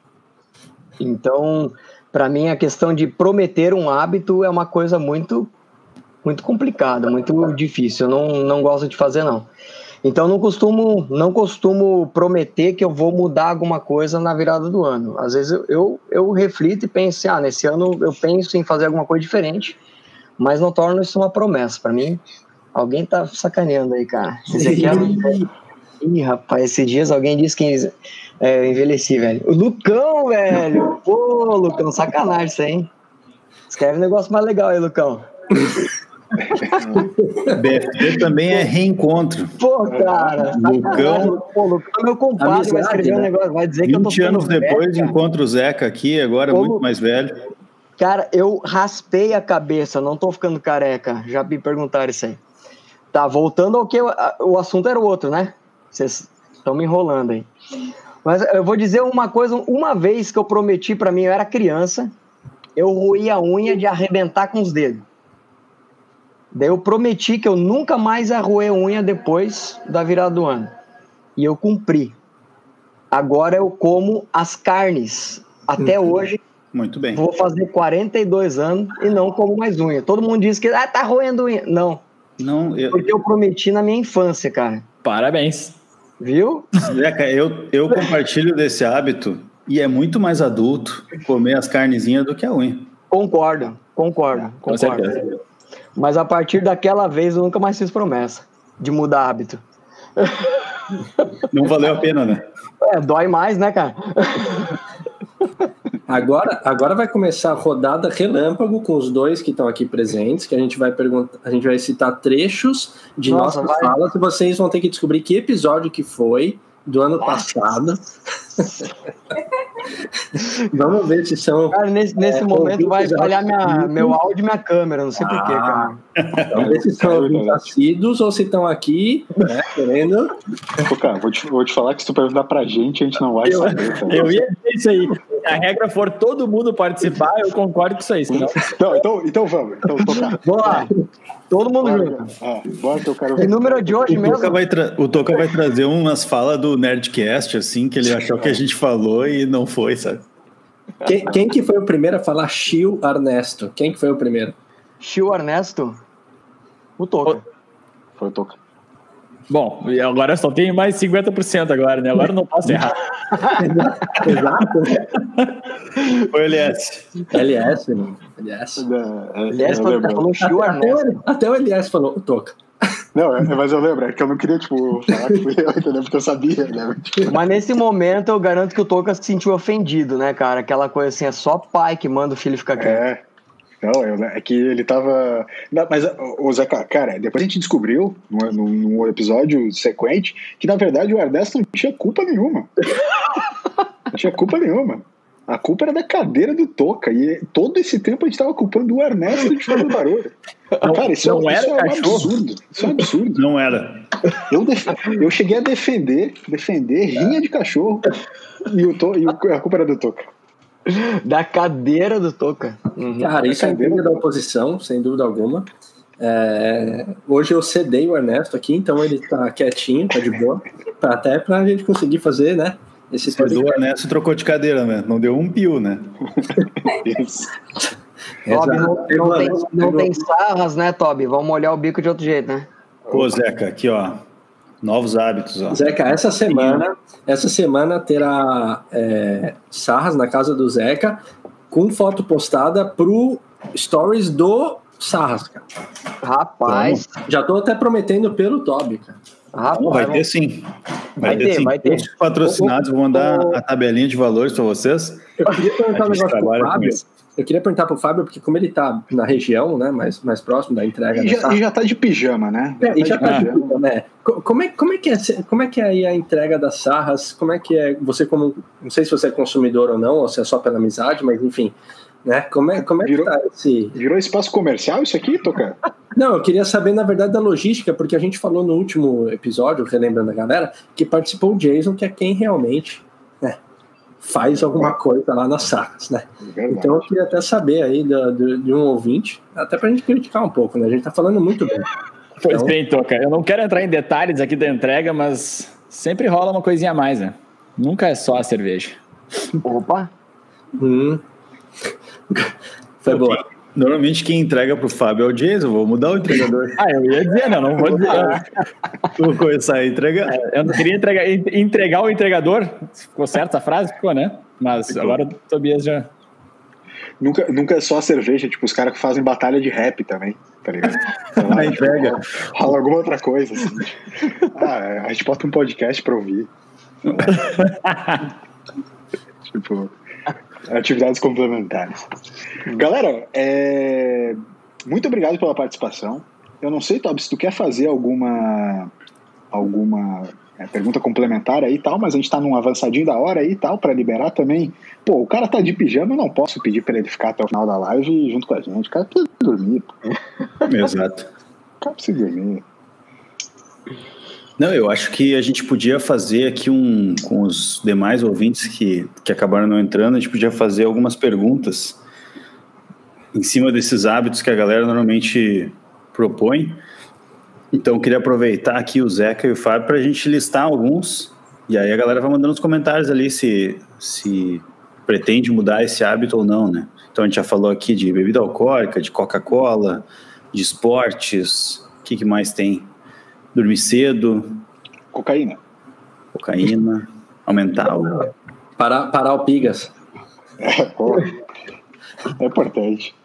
Então, para mim, a questão de prometer um hábito é uma coisa muito, muito complicada, muito difícil. Eu não, não gosto de fazer, não. Então, não costumo, não costumo prometer que eu vou mudar alguma coisa na virada do ano. Às vezes, eu, eu, eu reflito e penso, ah, nesse ano eu penso em fazer alguma coisa diferente, mas não torno isso uma promessa. Para mim, alguém tá sacaneando aí, cara. Esse aqui é... Ih, rapaz, esses dias alguém disse que é, eu envelheci, velho. O Lucão, velho! Pô, Lucão, sacanagem isso aí, hein? Escreve um negócio mais legal aí, Lucão. B F T também é reencontro. Pô, cara. Lucão. Pô, Lucão é meu compadre, Amizade, vai escrever né? um negócio, vai dizer que eu tô vinte anos ficando depois velho, cara. encontro o Zeca aqui, agora Ô, muito Lu- mais velho. Cara, eu raspei a cabeça, não tô ficando careca. Já me perguntaram isso aí. Tá, voltando ao que o, o assunto era o outro, né? Vocês estão me enrolando aí. Mas eu vou dizer uma coisa, uma vez que eu prometi pra mim, eu era criança, eu roí a unha de arrebentar com os dedos. Daí eu prometi que eu nunca mais ia roer unha depois da virada do ano. E eu cumpri. Agora eu como as carnes. Até hoje, Muito bem. vou fazer quarenta e dois anos e não como mais unha. Todo mundo diz que ah, tá roendo unha. Não, Não, eu, porque eu prometi na minha infância, cara. Parabéns. Viu? Zeca, eu, eu compartilho desse hábito e é muito mais adulto comer as carnezinhas do que a unha. Concordo, concordo, Com concordo. certeza. Mas a partir daquela vez eu nunca mais fiz promessa de mudar hábito. Não valeu a pena, né? É, dói mais, né, cara? Agora, agora vai começar a rodada relâmpago com os dois que estão aqui presentes, que a gente vai perguntar, a gente vai citar trechos de Nossa, nossas vai. falas e vocês vão ter que descobrir que episódio que foi do ano passado. Vamos ver se são. Cara, nesse, nesse É, momento vai ouvintes falhar minha, assíduos. meu áudio e minha câmera, não sei porquê, cara. Vamos ver se são ouvintes assíduos ou se estão aqui, né, querendo. Pô, cara, vou te, vou te falar que se tu perguntar pra gente, a gente não vai Eu, saber. Tá? eu ia dizer isso aí. Se a regra for todo mundo participar, eu concordo com isso aí. Senão... Então, então, então vamos. Então, tocar. Vamos lá. Todo mundo junto. É, bora que eu quero Que ver. número de hoje O mesmo? Toca, vai tra- o Toca vai trazer umas falas do Nerdcast, assim, que ele achou que a gente falou e não foi, sabe? Quem, quem que foi o primeiro a falar Chiu Ernesto? Quem que foi o primeiro? Chiu Ernesto? O Toca. Foi o Toca. Bom, e agora eu só tenho mais cinquenta por cento agora, né? Agora eu não posso errar. Exato. Foi o L S. L S, né? L S. É, é, Aliás, eu quando lembro. tá falando Chiu Até, Ernesto. o- até o L S falou, o Toca. Não, é, mas eu lembro, é que eu não queria, tipo, falar que fui eu, entendeu? Porque eu sabia, né? Tipo, Mas nesse momento eu garanto que o Toca se sentiu ofendido, né, cara? Aquela coisa assim, é só pai que manda o filho ficar quieto. é. Não, eu, é que ele tava. Não, mas, o Zeca, cara, depois a gente descobriu, num, num episódio sequente, que na verdade o Ernesto não tinha culpa nenhuma. Não tinha culpa nenhuma. A culpa era da cadeira do Toca. E todo esse tempo a gente tava culpando o Ernesto de fazer barulho. Cara, isso, não é, era isso é um cachorro? absurdo. Isso é um absurdo. Não era. Eu, def... eu cheguei a defender, defender rinha de cachorro. E, o to... e o- a culpa era do Toca. Da cadeira do Toca. Uhum. Cara, isso é Cadeira. intriga da oposição, sem dúvida alguma. É, hoje eu cedei o Ernesto aqui, então ele tá quietinho, tá de boa. Pra, até pra gente conseguir fazer, né? Esse O do Ernesto trocou de cadeira, né? Não deu um pio, né? Isso. Toby, não, não Pegou, tem, né? não Pegou. tem sarras, né, Toby? Vamos molhar o bico de outro jeito, né? Pô, Zeca, aqui, ó. Novos hábitos, ó. Zeca, essa semana, essa semana terá é, sarras na casa do Zeca com foto postada pro stories do Sarras, cara. Rapaz, Já tô até prometendo pelo Toby, cara. rapaz. Não, vai ter sim. Vai, Vai ter, ter, sim. vai ter. Todos os patrocinados, vou mandar o- a tabelinha de valores para vocês. Eu queria perguntar A um gente negócio pro trabalha com Fábio. isso. Eu queria perguntar pro Fábio, porque como ele tá na região, né, mais, mais próximo da entrega E da já, Sarras, e já tá de pijama, né? É, e já tá de de pijama. tudo, né? Co- Como é, como, é que é, se- como é que é aí a entrega das sarras? Como é que é? Você como. Não sei se você é consumidor ou não, ou se é só pela amizade, mas enfim. Né? Como é, como é que Virou- tá esse. Virou espaço comercial isso aqui, Toca? Não, eu queria saber, na verdade, da logística, porque a gente falou no último episódio, relembrando a galera, que participou o Jason, que é quem realmente, né, faz alguma coisa lá nas sarras, né? Verdade. Então eu queria até saber aí do, do- de um ouvinte, até pra gente criticar um pouco, né? A gente tá falando muito bem. Pois Então- bem, Toca. Eu não quero entrar em detalhes aqui da entrega, mas sempre rola uma coisinha a mais, né? Nunca é só a cerveja. Opa, Hum. Foi boa. Normalmente quem entrega pro Fábio é o Jason, vou mudar o entregador. Ah, eu ia dizer, não, não vou dizer. Vou começar a entregar. Eu não queria entregar, entregar o entregador. Ficou certa a frase? Ficou, né? Mas agora o Tobias já... Nunca, nunca é só a cerveja, tipo, os caras que fazem batalha de rap também, tá ligado? Sei lá, Na entrega. tipo, rola alguma outra coisa, assim. Ah, a gente bota um podcast pra ouvir. Tipo, atividades complementares. Galera, é, muito obrigado pela participação. eu não sei, Tobi, se tu quer fazer alguma, alguma é, pergunta complementar aí e tal, mas a gente tá num avançadinho da hora aí e tal, pra liberar também. Pô, o cara tá de pijama, eu não posso pedir pra ele ficar até o final da live junto com a gente. O cara precisa dormir. Pô. Exato. O cara precisa dormir. Não, eu acho que a gente podia fazer aqui um, com os demais ouvintes que, que acabaram não entrando, a gente podia fazer algumas perguntas em cima desses hábitos que a galera normalmente propõe. Então, eu queria aproveitar aqui o Zeca e o Fábio para a gente listar alguns, e aí a galera vai mandando nos comentários ali se, se pretende mudar esse hábito ou não, né? Então, a gente já falou aqui de bebida alcoólica, de Coca-Cola, de esportes, o que, que mais tem? Dormir cedo. Cocaína. Cocaína. Aumentar o... Parar, parar o pigas. É, pô, é importante.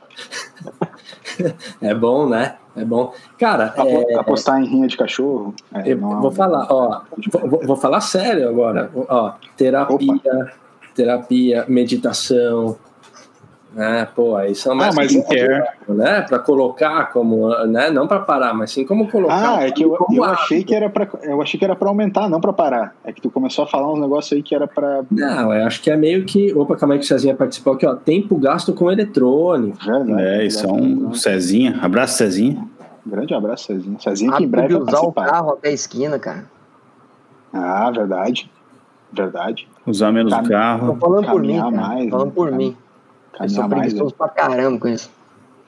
É bom, né? É bom. Cara, Apo, é, apostar em rinha de cachorro. É, eu não vou é um... falar, ó, vou, vou falar sério agora. Ó, terapia, Opa. terapia, meditação, né? Pô, aí são mais ah, mas é, né? Para colocar como, né? Não para parar, mas sim como colocar. Ah, é que eu, eu achei que era para eu achei que era para aumentar, não para parar. É que tu começou a falar uns negócios aí que era para. Não, eu acho que é meio que. Opa, calma aí que o Cezinha participou aqui, ó. Tempo gasto com eletrônico. Verdade, é, isso é um Cezinha. Abraço, Cezinha. Grande abraço, Cezinha. Cezinha que em breve vai usar participar. o carro até a esquina, cara. Ah, verdade. Verdade. Usar menos Cam... o carro. Tô falando por mim, cara. mais, falando né? por Cam... mim. Eu sou preguiçoso pra caramba com isso.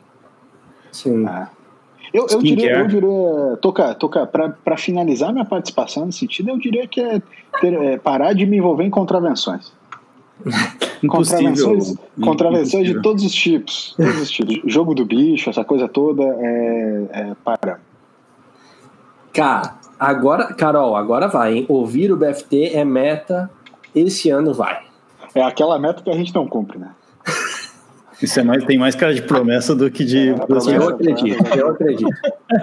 Sim. Ah. Eu, eu diria, eu diria, Toca, Toca, para finalizar minha participação nesse sentido, eu diria que é, ter, é parar de me envolver em contravenções. Contravenções, contravenções de todos os tipos, todos os tipos. Jogo do bicho, essa coisa toda, é, é para. Cara, agora, Carol, agora vai, hein? Ouvir o B F T é meta, esse ano vai. É aquela meta que a gente não cumpre, né? Isso é mais, tem mais cara de promessa do que de... É, promessa, eu acredito, eu acredito.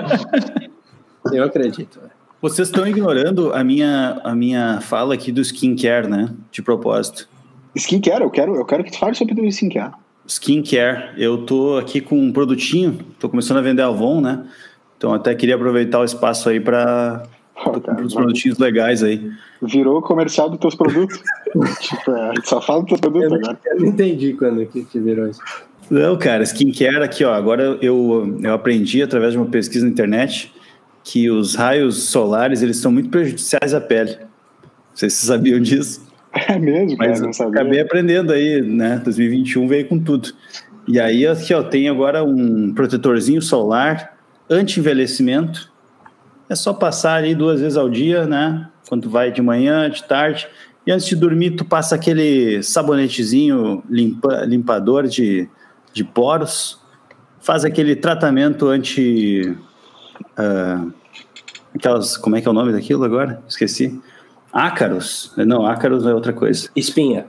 Eu acredito. Vocês estão ignorando a minha, a minha fala aqui do skincare, né? De propósito. Skincare, eu quero, eu quero que tu fale sobre o skincare. Skincare. Eu tô aqui com um produtinho, tô começando a vender Avon, né? Então até queria aproveitar o espaço aí para oh, os produtinhos legais aí. Virou comercial dos teus produtos? Tipo, a gente só fala do teu produto eu agora. Eu não entendi quando que, que virou isso. Não, cara, skincare aqui, ó. Agora eu, eu aprendi através de uma pesquisa na internet que os raios solares, eles são muito prejudiciais à pele. Não sei se vocês sabiam disso. É mesmo, cara, mas não sabia. Acabei aprendendo aí, né? dois mil e vinte e um veio com tudo. E aí aqui, ó, tem agora um protetorzinho solar anti-envelhecimento. É só passar ali duas vezes ao dia, né? Quando tu vai de manhã, de tarde. E antes de dormir, tu passa aquele sabonetezinho limpa, limpador de, de poros. Faz aquele tratamento anti... Uh, aquelas... Como é que é o nome daquilo agora? Esqueci. Ácaros. Não, ácaros é outra coisa. Espinha.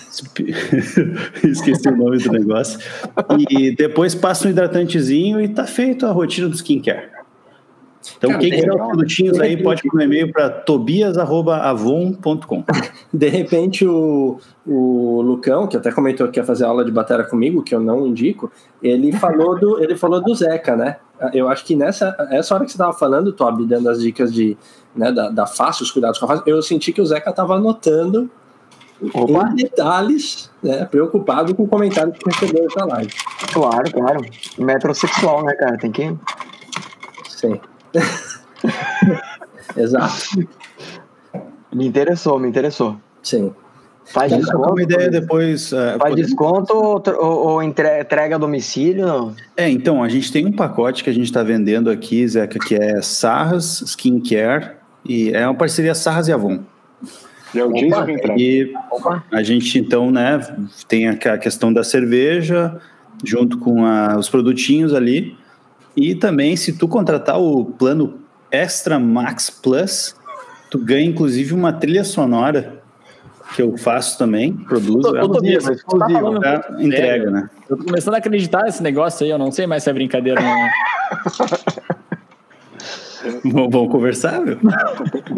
Esqueci o nome do negócio. E depois passa um hidratantezinho e tá feito a rotina do skincare. Então, cara, quem quiser os produtinhos aí, pode ir no e-mail para tobias arroba avon ponto com. De repente, o, o Lucão, que até comentou que ia fazer aula de bateria comigo, que eu não indico, ele falou do, ele falou do Zeca, né? Eu acho que nessa essa hora que você estava falando, Tobi, dando as dicas de, né, da, da face, os cuidados com a face, eu senti que o Zeca estava anotando Opa. em detalhes, né, preocupado com o comentário que recebeu essa live. Claro, claro. Metrosexual, né, cara? Tem que... Sim. Exato. Me interessou, me interessou. Sim. Faz Vamos desconto. Uma ideia depois. Uh, faz podemos... desconto ou, ou entrega a domicílio? Não? É, então, a gente tem um pacote que a gente está vendendo aqui, Zeca, que é Sarras Skincare, e é uma parceria Sarras e Avon. E é o Jason que entrega. E a gente, então, né, tem a questão da cerveja, junto com a, os produtinhos ali. E também, se tu contratar o plano Extra Max Plus, tu ganha inclusive uma trilha sonora que eu faço também, produzo. Eu tô, eu tô exclusivo, tá falando pra entrega, né? Eu tô começando a acreditar nesse negócio aí, eu não sei mais se é brincadeira ou não. Vamos conversar, meu?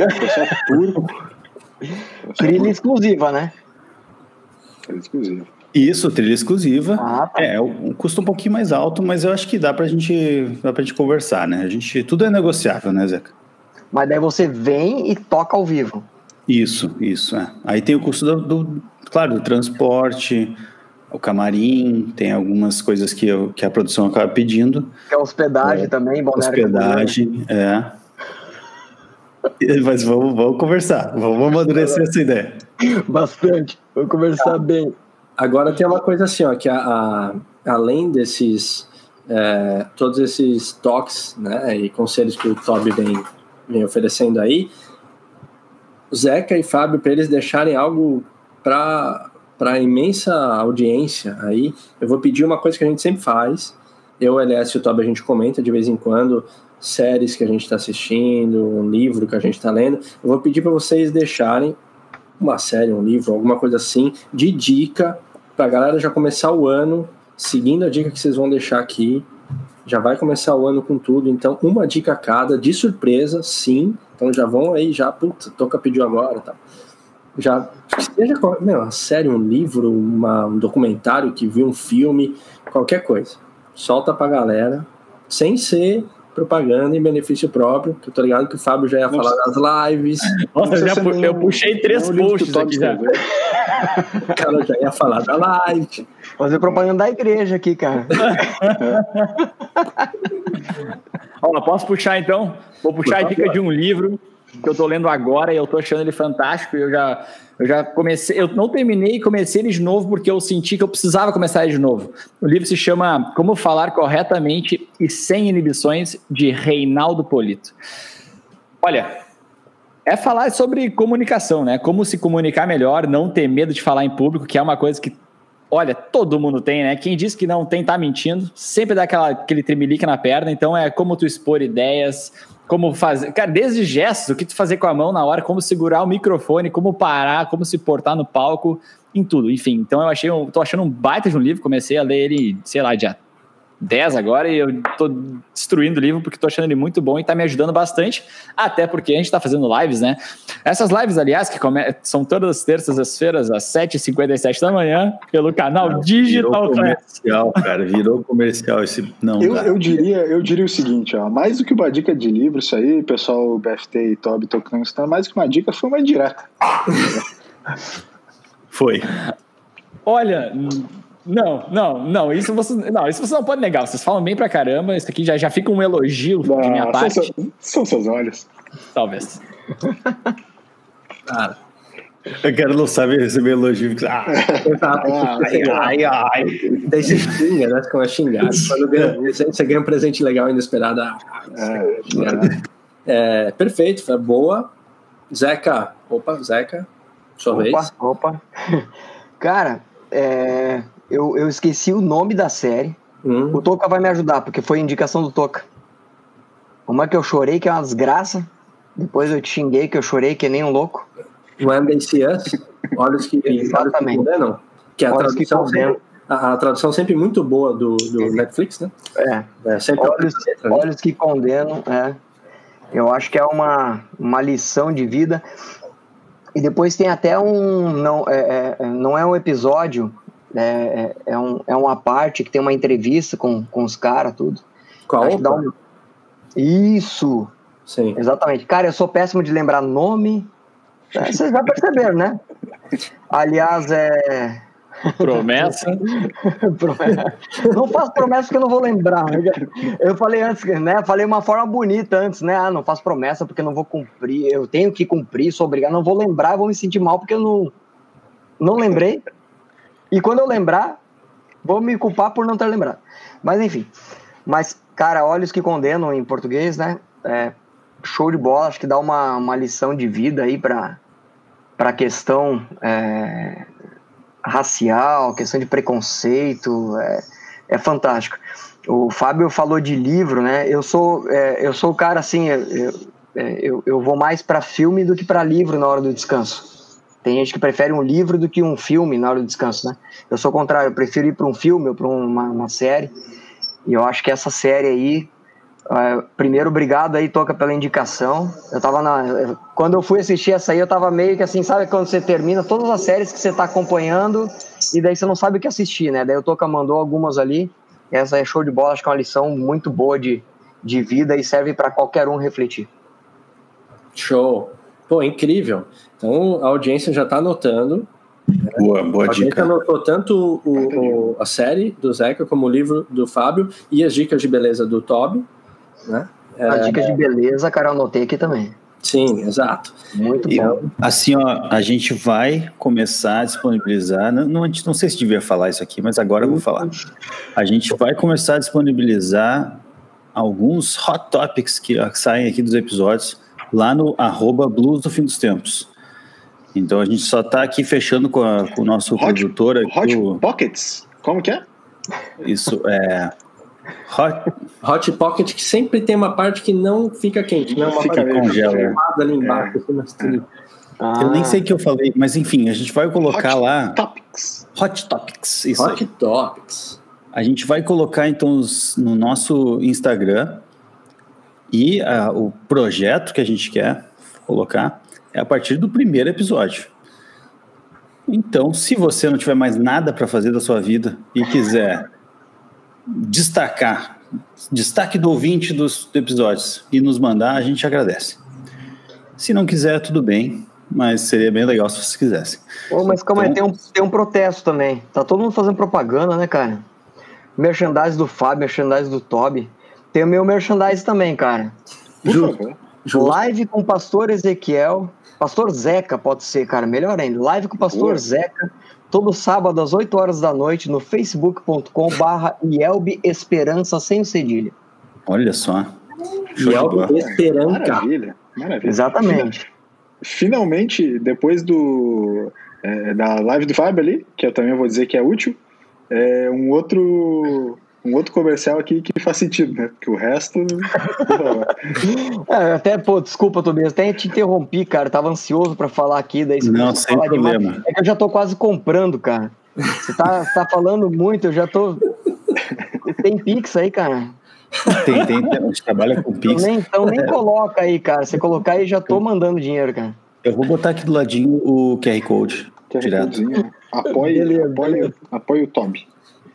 Trilha exclusiva, né? Trilha exclusiva. Isso, trilha exclusiva. Ah, tá. É, o custo um pouquinho mais alto, mas eu acho que dá pra gente, dá pra gente conversar, né? A gente, tudo é negociável, né, Zeca? Mas daí você vem e toca ao vivo. Isso, isso, é. Aí tem o custo do, do claro, do transporte, o camarim, tem algumas coisas que, eu, que a produção acaba pedindo. Que é hospedagem é, também, Balneário hospedagem, é. Mas vamos, vamos conversar, vamos amadurecer essa ideia. Bastante, vamos conversar tá. bem. Agora tem uma coisa assim, ó, que a, a, além desses, é, todos esses toques, né, e conselhos que o Toby vem, vem oferecendo aí, Zeca e Fábio, para eles deixarem algo para a imensa audiência aí, eu vou pedir uma coisa que a gente sempre faz, eu, L S e o Toby, a gente comenta de vez em quando, séries que a gente está assistindo, um livro que a gente está lendo, eu vou pedir para vocês deixarem uma série, um livro, alguma coisa assim, de dica, para a galera já começar o ano, seguindo a dica que vocês vão deixar aqui, já vai começar o ano com tudo, então uma dica a cada, de surpresa, sim, então já vão aí, já, puta, Toca pediu agora, tá? Já, seja, meu, uma série, um livro, uma, um documentário que viu, um filme, qualquer coisa, solta pra galera, sem ser propaganda em benefício próprio, que eu tô ligado que o Fábio já ia Nossa. falar das lives. Nossa, eu, já, eu, eu puxei três posts aqui já. O cara já ia falar da live. Fazer propaganda da igreja aqui, cara. Ó, posso puxar então? Vou puxar a dica de um livro que eu tô lendo agora e eu tô achando ele fantástico. Eu já, eu já comecei, eu não terminei e comecei ele de novo porque eu senti que eu precisava começar ele de novo. O livro se chama Como Falar Corretamente e Sem Inibições, de Reinaldo Polito. Olha, é falar sobre comunicação, né? Como se comunicar melhor, não ter medo de falar em público, que é uma coisa que, olha, todo mundo tem, né? Quem diz que não tem, tá mentindo. Sempre dá aquela, aquele tremelique na perna. Então é como tu expor ideias, como fazer, cara, desde gestos, o que tu fazer com a mão na hora, como segurar o microfone, como parar, como se portar no palco, em tudo, enfim. Então eu achei, eu tô achando um baita de um livro, comecei a ler ele, sei lá, dia dez agora, e eu tô destruindo o livro porque tô achando ele muito bom e tá me ajudando bastante, até porque a gente tá fazendo lives, né? Essas lives, aliás, que come... são todas as terças-feiras às sete e cinquenta e sete da manhã, pelo canal não, Digital comercial, cara, virou comercial esse... Não, eu, eu, diria, eu diria o seguinte, ó, mais do que uma dica de livro, isso aí, pessoal, B F T e Toby tocando isso, mais do que uma dica, foi uma direta. Foi. Olha... Não, não, não, isso você não, isso você não pode negar, vocês falam bem pra caramba, isso aqui já, já fica um elogio não, de minha parte. São, são seus olhos. Talvez. Cara, eu quero não saber receber elogio. Ah, ai, ai, ai. Daí você xinga, né? Como é xingado. Quando ganha, você ganha um presente legal inesperado. Ah, é, é, perfeito, foi boa. Zeca, opa, Zeca, sua opa, vez. Opa, cara, é... Eu, eu esqueci o nome da série. Hum. O Toca vai me ajudar, porque foi indicação do Toca. Como é que eu chorei, que é uma desgraça. Depois eu te xinguei, que eu chorei, que nem um louco. When They See Us, Olhos que, Exatamente. Olhos que Condenam. Que é a tradução, que sempre, a, a tradução sempre muito boa do, do Netflix, né? É. é sempre olhos, letra, né? Olhos que Condenam, é. Eu acho que é uma, uma lição de vida. E depois tem até um... Não é, é, não é um episódio... É, é, um, é uma parte que tem uma entrevista com, com os caras, tudo. Qual? Dá um... Isso! Sim. Exatamente. Cara, eu sou péssimo de lembrar nome. É, vocês já perceberam, né? Aliás, é... Promessa? Não faço promessa porque eu não vou lembrar. Eu falei antes, né? Falei uma forma bonita antes, né? Ah, não faço promessa porque eu não vou cumprir. Eu tenho que cumprir, sou obrigado. Não vou lembrar, vou me sentir mal porque eu não, não lembrei. E quando eu lembrar, vou me culpar por não ter lembrado. Mas enfim. Mas, cara, Olhos que Condenam em português, né? É, show de bola. Acho que dá uma, uma lição de vida aí para a questão é, racial, questão de preconceito. É, é fantástico. O Fábio falou de livro, né? Eu sou, é, eu sou o cara assim, eu, eu, eu vou mais para filme do que para livro na hora do descanso. Tem gente que prefere um livro do que um filme na hora do descanso, né? Eu sou o contrário, eu prefiro ir para um filme ou para uma, uma série. E eu acho que essa série aí Uh, primeiro, obrigado aí, Toca, pela indicação. Eu tava na... Quando eu fui assistir essa aí, eu tava meio que assim, sabe quando você termina todas as séries que você tá acompanhando e daí você não sabe o que assistir, né? Daí o Toca mandou algumas ali. Essa é show de bola, acho que é uma lição muito boa de, de vida e serve para qualquer um refletir. Show. Pô, incrível. Então a audiência já tá anotando. Boa, boa a dica. A gente anotou tanto o, o, a série do Zeca como o livro do Fábio e as dicas de beleza do Toby. Né? As é, dicas de beleza, cara, eu anotei aqui também. Sim, exato. Muito e, bom. Assim, ó, a gente vai começar a disponibilizar, não, não, não sei se devia falar isso aqui, mas agora eu vou falar. A gente vai começar a disponibilizar alguns hot topics que saem aqui dos episódios lá no arroba Blues do Fim dos Tempos. Então a gente só está aqui fechando com, a, com o nosso hot, produtor aqui. Hot o... Pockets? Como que é? Isso é... Hot... Hot Pocket, que sempre tem uma parte que não fica quente, não é uma fica parte congela ali embaixo. É. Assim, é. Ah. Eu nem sei o que eu falei, mas enfim, a gente vai colocar Hot lá... Topics. Hot Topics, isso Hot aí. Topics. A gente vai colocar, então, no nosso Instagram e uh, o projeto que a gente quer colocar é a partir do primeiro episódio. Então, se você não tiver mais nada para fazer da sua vida e quiser destacar, destaque do ouvinte dos episódios e nos mandar, a gente agradece. Se não quiser, tudo bem, mas seria bem legal se vocês quisessem. Pô, mas calma então, aí, tem um, tem um protesto também. Tá todo mundo fazendo propaganda, né, cara? Merchandise do Fábio, merchandise do Toby. Tem o meu merchandise também, cara. Justo. Live com o Pastor Ezequiel. Pastor Zeca, pode ser, cara. Melhor ainda. Live com o Pastor Boa. Zeca. Todo sábado às oito horas da noite no facebook ponto com barra Ielbe Esperança sem o cedilha. Olha só. Ielbe Esperança. Maravilha. Maravilha. Exatamente. Finalmente, depois do é, da live do Fábio ali, que eu também vou dizer que é útil, é um outro um outro comercial aqui que faz sentido, né? Porque o resto... é, até, pô, desculpa, Tobias, até te interrompi, cara, tava ansioso pra falar aqui, daí você não, sem falar problema. Demais. É que eu já tô quase comprando, cara. Você tá, tá falando muito, eu já tô... Tem Pix aí, cara? Tem, tem, a gente trabalha com Pix. Então nem, então nem coloca aí, cara, você colocar aí, já tô mandando dinheiro, cara. Eu vou botar aqui do ladinho o Q R Code, Q R direto. Apoie, apoie, apoie o Toby.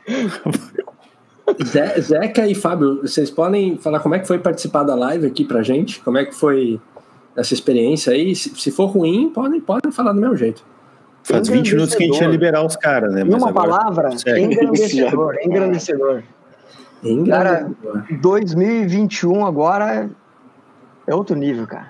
Ze, Zeca e Fábio, vocês podem falar como é que foi participar da live aqui pra gente? Como é que foi essa experiência aí? Se, se for ruim, podem, podem falar do mesmo jeito. Faz vinte minutos que a gente ia liberar os caras, né? Em uma palavra, engrandecedor, engrandecedor. Cara, dois mil e vinte e um agora é outro nível, cara.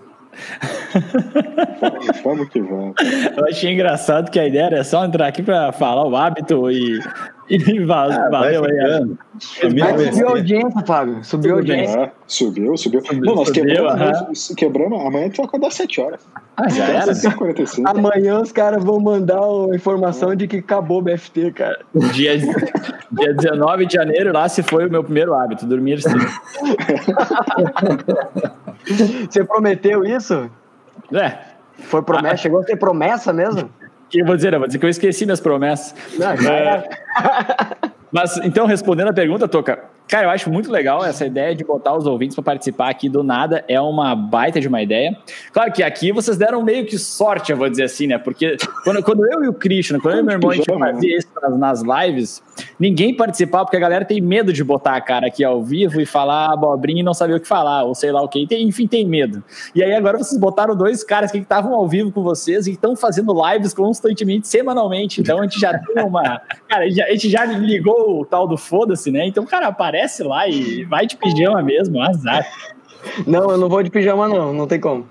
Vamos que vamos. Eu achei engraçado que a ideia era só entrar aqui pra falar o hábito e, e valeu, ah, valeu aí. Mas subiu a audiência, Fábio. Subiu a audiência. Ah, subiu, subiu. subiu Bom, nós subiu, quebramos, uh-huh. quebramos. Amanhã tu vai acordar às sete horas. Ah, já era? quarenta e cinco. Amanhã os caras vão mandar a informação de que acabou o B F T, cara. Dia, dia dezenove de janeiro, lá se foi o meu primeiro hábito, dormir cedo. Você prometeu isso? É. Foi promessa? Ah, chegou a ser promessa mesmo? Que eu vou dizer, eu vou dizer que eu esqueci minhas promessas. Não, é, mas, então, respondendo a pergunta, Toca, cara, eu acho muito legal essa ideia de botar os ouvintes para participar aqui do nada, é uma baita de uma ideia. Claro que aqui vocês deram meio que sorte, eu vou dizer assim, né? Porque quando, quando eu e o Christian, quando eu e meu irmão, a gente fazia isso nas, nas lives, ninguém participava, porque a galera tem medo de botar a cara aqui ao vivo e falar abobrinha e não saber o que falar, ou sei lá o que, tem, enfim, tem medo. E aí agora vocês botaram dois caras que estavam ao vivo com vocês e estão fazendo lives constantemente, semanalmente, então a gente já tem uma... Cara, a gente já, a gente já ligou o tal do foda-se, né? Então, cara, aparece lá e vai de pijama mesmo, azar. Não, eu não vou de pijama não, não tem como.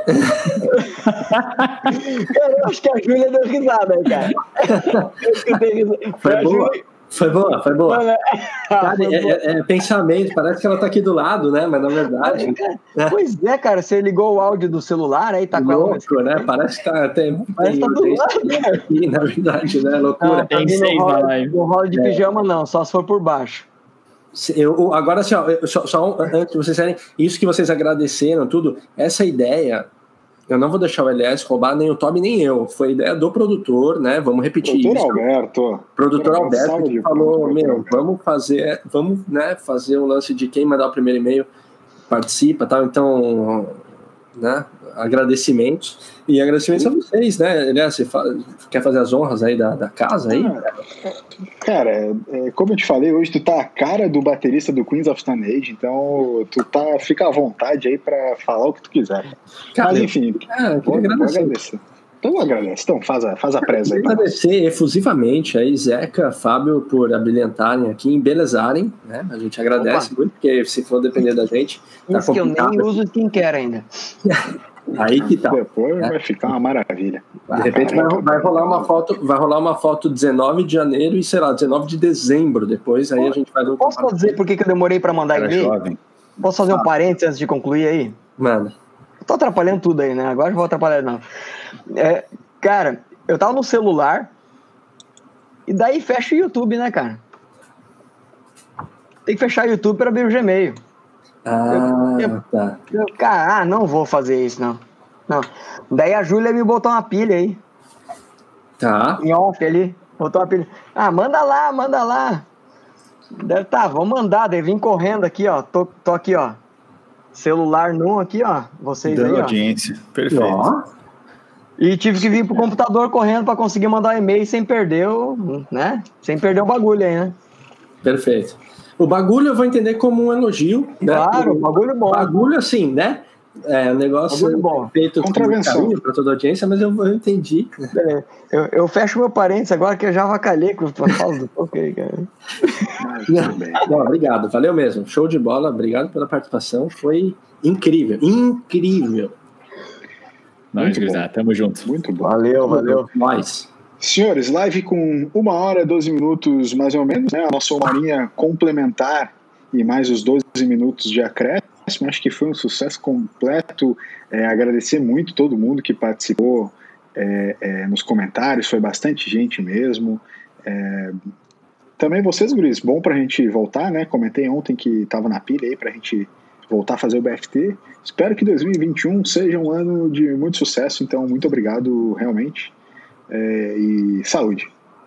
Cara, eu acho que a Júlia deu risada aí, cara. Eu escutei risada. Foi boa, foi boa, foi boa. Cara, é, é, é pensamento, parece que ela tá aqui do lado, né? Mas na verdade... É. Pois é, cara, você ligou o áudio do celular, aí tá com louco, ela... né? Parece que tá... Tem, parece que tá do lado, né? Aqui, na verdade, né? Loucura. Não, tem seis na live. Não rola de é. pijama não, só se for por baixo. Eu, agora, assim, ó, só, só antes de vocês serem, isso que vocês agradeceram, tudo, essa ideia eu não vou deixar o L S roubar nem o Toby nem eu. Foi ideia do produtor, né? Vamos repetir Produtor isso. Alberto. Produtor Alberto, Alberto que falou, ponto, meu, vamos fazer, vamos, né, fazer o lance de quem mandar o primeiro e-mail participa, tal. Então, né, agradecimentos. E agradecimentos a vocês, né? Elias, você fala, quer fazer as honras aí da, da casa aí? Ah, cara, é, como eu te falei, hoje tu tá a cara do baterista do Queens of Stone Age, então tu tá, fica à vontade aí pra falar o que tu quiser. Cara, mas enfim, é, vou, vou agradecer. Então agradece, então faz a, faz a presa aí. Agradecer efusivamente aí Zeca, Fábio por abrilhantarem aqui, embelezarem, né? A gente agradece Opa. muito, porque se for depender da gente, tá Isso que eu nem uso skincare ainda. Aí que tá. Depois né? vai ficar uma maravilha. De repente vai, vai rolar uma foto, vai rolar uma foto dezenove de janeiro e, sei lá, dezenove de dezembro depois, aí a gente faz um... Posso dizer por que eu demorei pra mandar e-mail? Posso fazer um parênteses antes de concluir aí? Mano. Tô atrapalhando tudo aí, né? Agora eu vou atrapalhar não. É, cara, eu tava no celular e daí fecha o YouTube, né, cara? Tem que fechar o YouTube para abrir o Gmail. Ah, eu, eu, tá. Eu, cara, ah, não vou fazer isso, não. Não. Daí a Júlia me botou uma pilha aí. Tá. Em off ali. Botou uma pilha. Ah, manda lá, manda lá. Deve, tá, vamos mandar. Daí vim correndo aqui, ó. Tô, tô aqui, ó. Celular nu aqui, ó. Vocês dando aí, ó. audiência. Perfeito. Ó. E tive que vir pro computador correndo pra conseguir mandar um e-mail sem perder o, né? Sem perder o bagulho aí, né? Perfeito. O bagulho eu vou entender como um elogio. Claro, né? bagulho bom. Bagulho assim, né? É um negócio bom. feito com carinho para toda a audiência, mas eu, eu entendi. É, eu, eu fecho meu parênteses agora que eu já avacalhei com o falo do ok, cara. Não, obrigado, valeu mesmo. Show de bola, obrigado pela participação. Foi incrível, incrível. Nós, gurizada, tamo junto. Muito bom. Valeu, valeu. Nós. Senhores, live com uma hora, doze minutos mais ou menos, né? A nossa uma horinha complementar e mais os doze minutos de acréscimo. Acho que foi um sucesso completo. É, agradecer muito todo mundo que participou é, é, nos comentários, foi bastante gente mesmo. É, também vocês, guris, bom pra gente voltar, né? Comentei ontem que tava na pilha aí pra gente voltar a fazer o B F T. Espero que dois mil e vinte e um seja um ano de muito sucesso, então muito obrigado realmente. É, e saúde.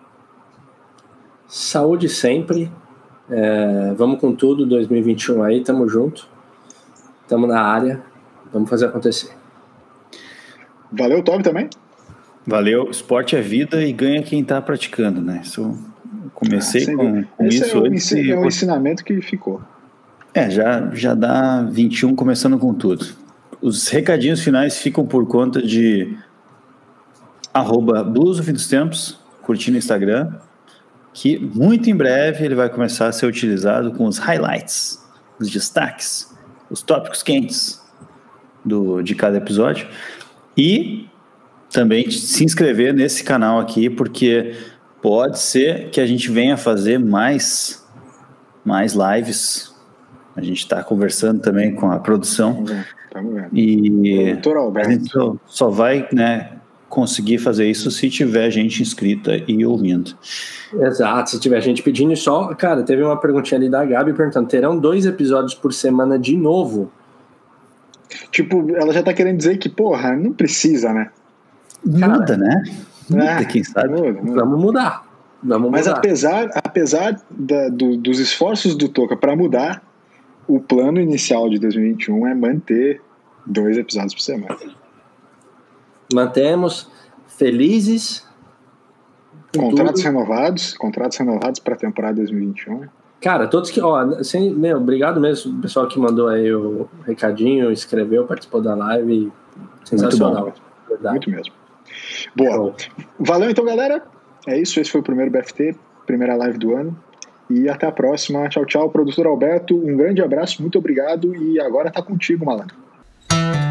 Saúde sempre. É, vamos com tudo, dois mil e vinte e um aí, tamo junto. Tamo na área. Vamos fazer acontecer. Valeu, Toby, também. Valeu. Esporte é vida e ganha quem tá praticando, né? Isso, eu comecei ah, com, com Esse isso. É, um, antes é e... um ensinamento que ficou. É, já, já dá vinte e um começando com tudo. Os recadinhos finais ficam por conta de arroba Blues of dos Tempos, curtir no Instagram, que muito em breve ele vai começar a ser utilizado com os highlights, os destaques, os tópicos quentes do, de cada episódio. E também se inscrever nesse canal aqui, porque pode ser que a gente venha fazer mais, mais lives. A gente está conversando também com a produção. Estamos vendo. E a gente só, só vai, né, conseguir fazer isso se tiver gente inscrita e ouvindo. Exato, se tiver gente pedindo só... Cara, teve uma perguntinha ali da Gabi perguntando, terão dois episódios por semana de novo? Tipo, ela já tá querendo dizer que, porra, não precisa, né? Muda, Cara, né? Muda, é, quem sabe. Muda, muda. Vamos mudar. Vamos Mas mudar. apesar, apesar da, do, dos esforços do Toca para mudar, o plano inicial de dois mil e vinte e um é manter dois episódios por semana. Mantemos felizes. Contratos tudo. renovados, contratos renovados para a temporada dois mil e vinte e um. Cara, todos que... Ó, sem, meu, obrigado mesmo, o pessoal que mandou aí o recadinho, escreveu, participou da live. Sensacional. Muito bom. Verdade. Muito mesmo. Boa. Valeu então, galera. É isso, esse foi o primeiro B F T, primeira live do ano. E até a próxima. Tchau, tchau, produtor Alberto. Um grande abraço, muito obrigado. E agora tá contigo, malandro.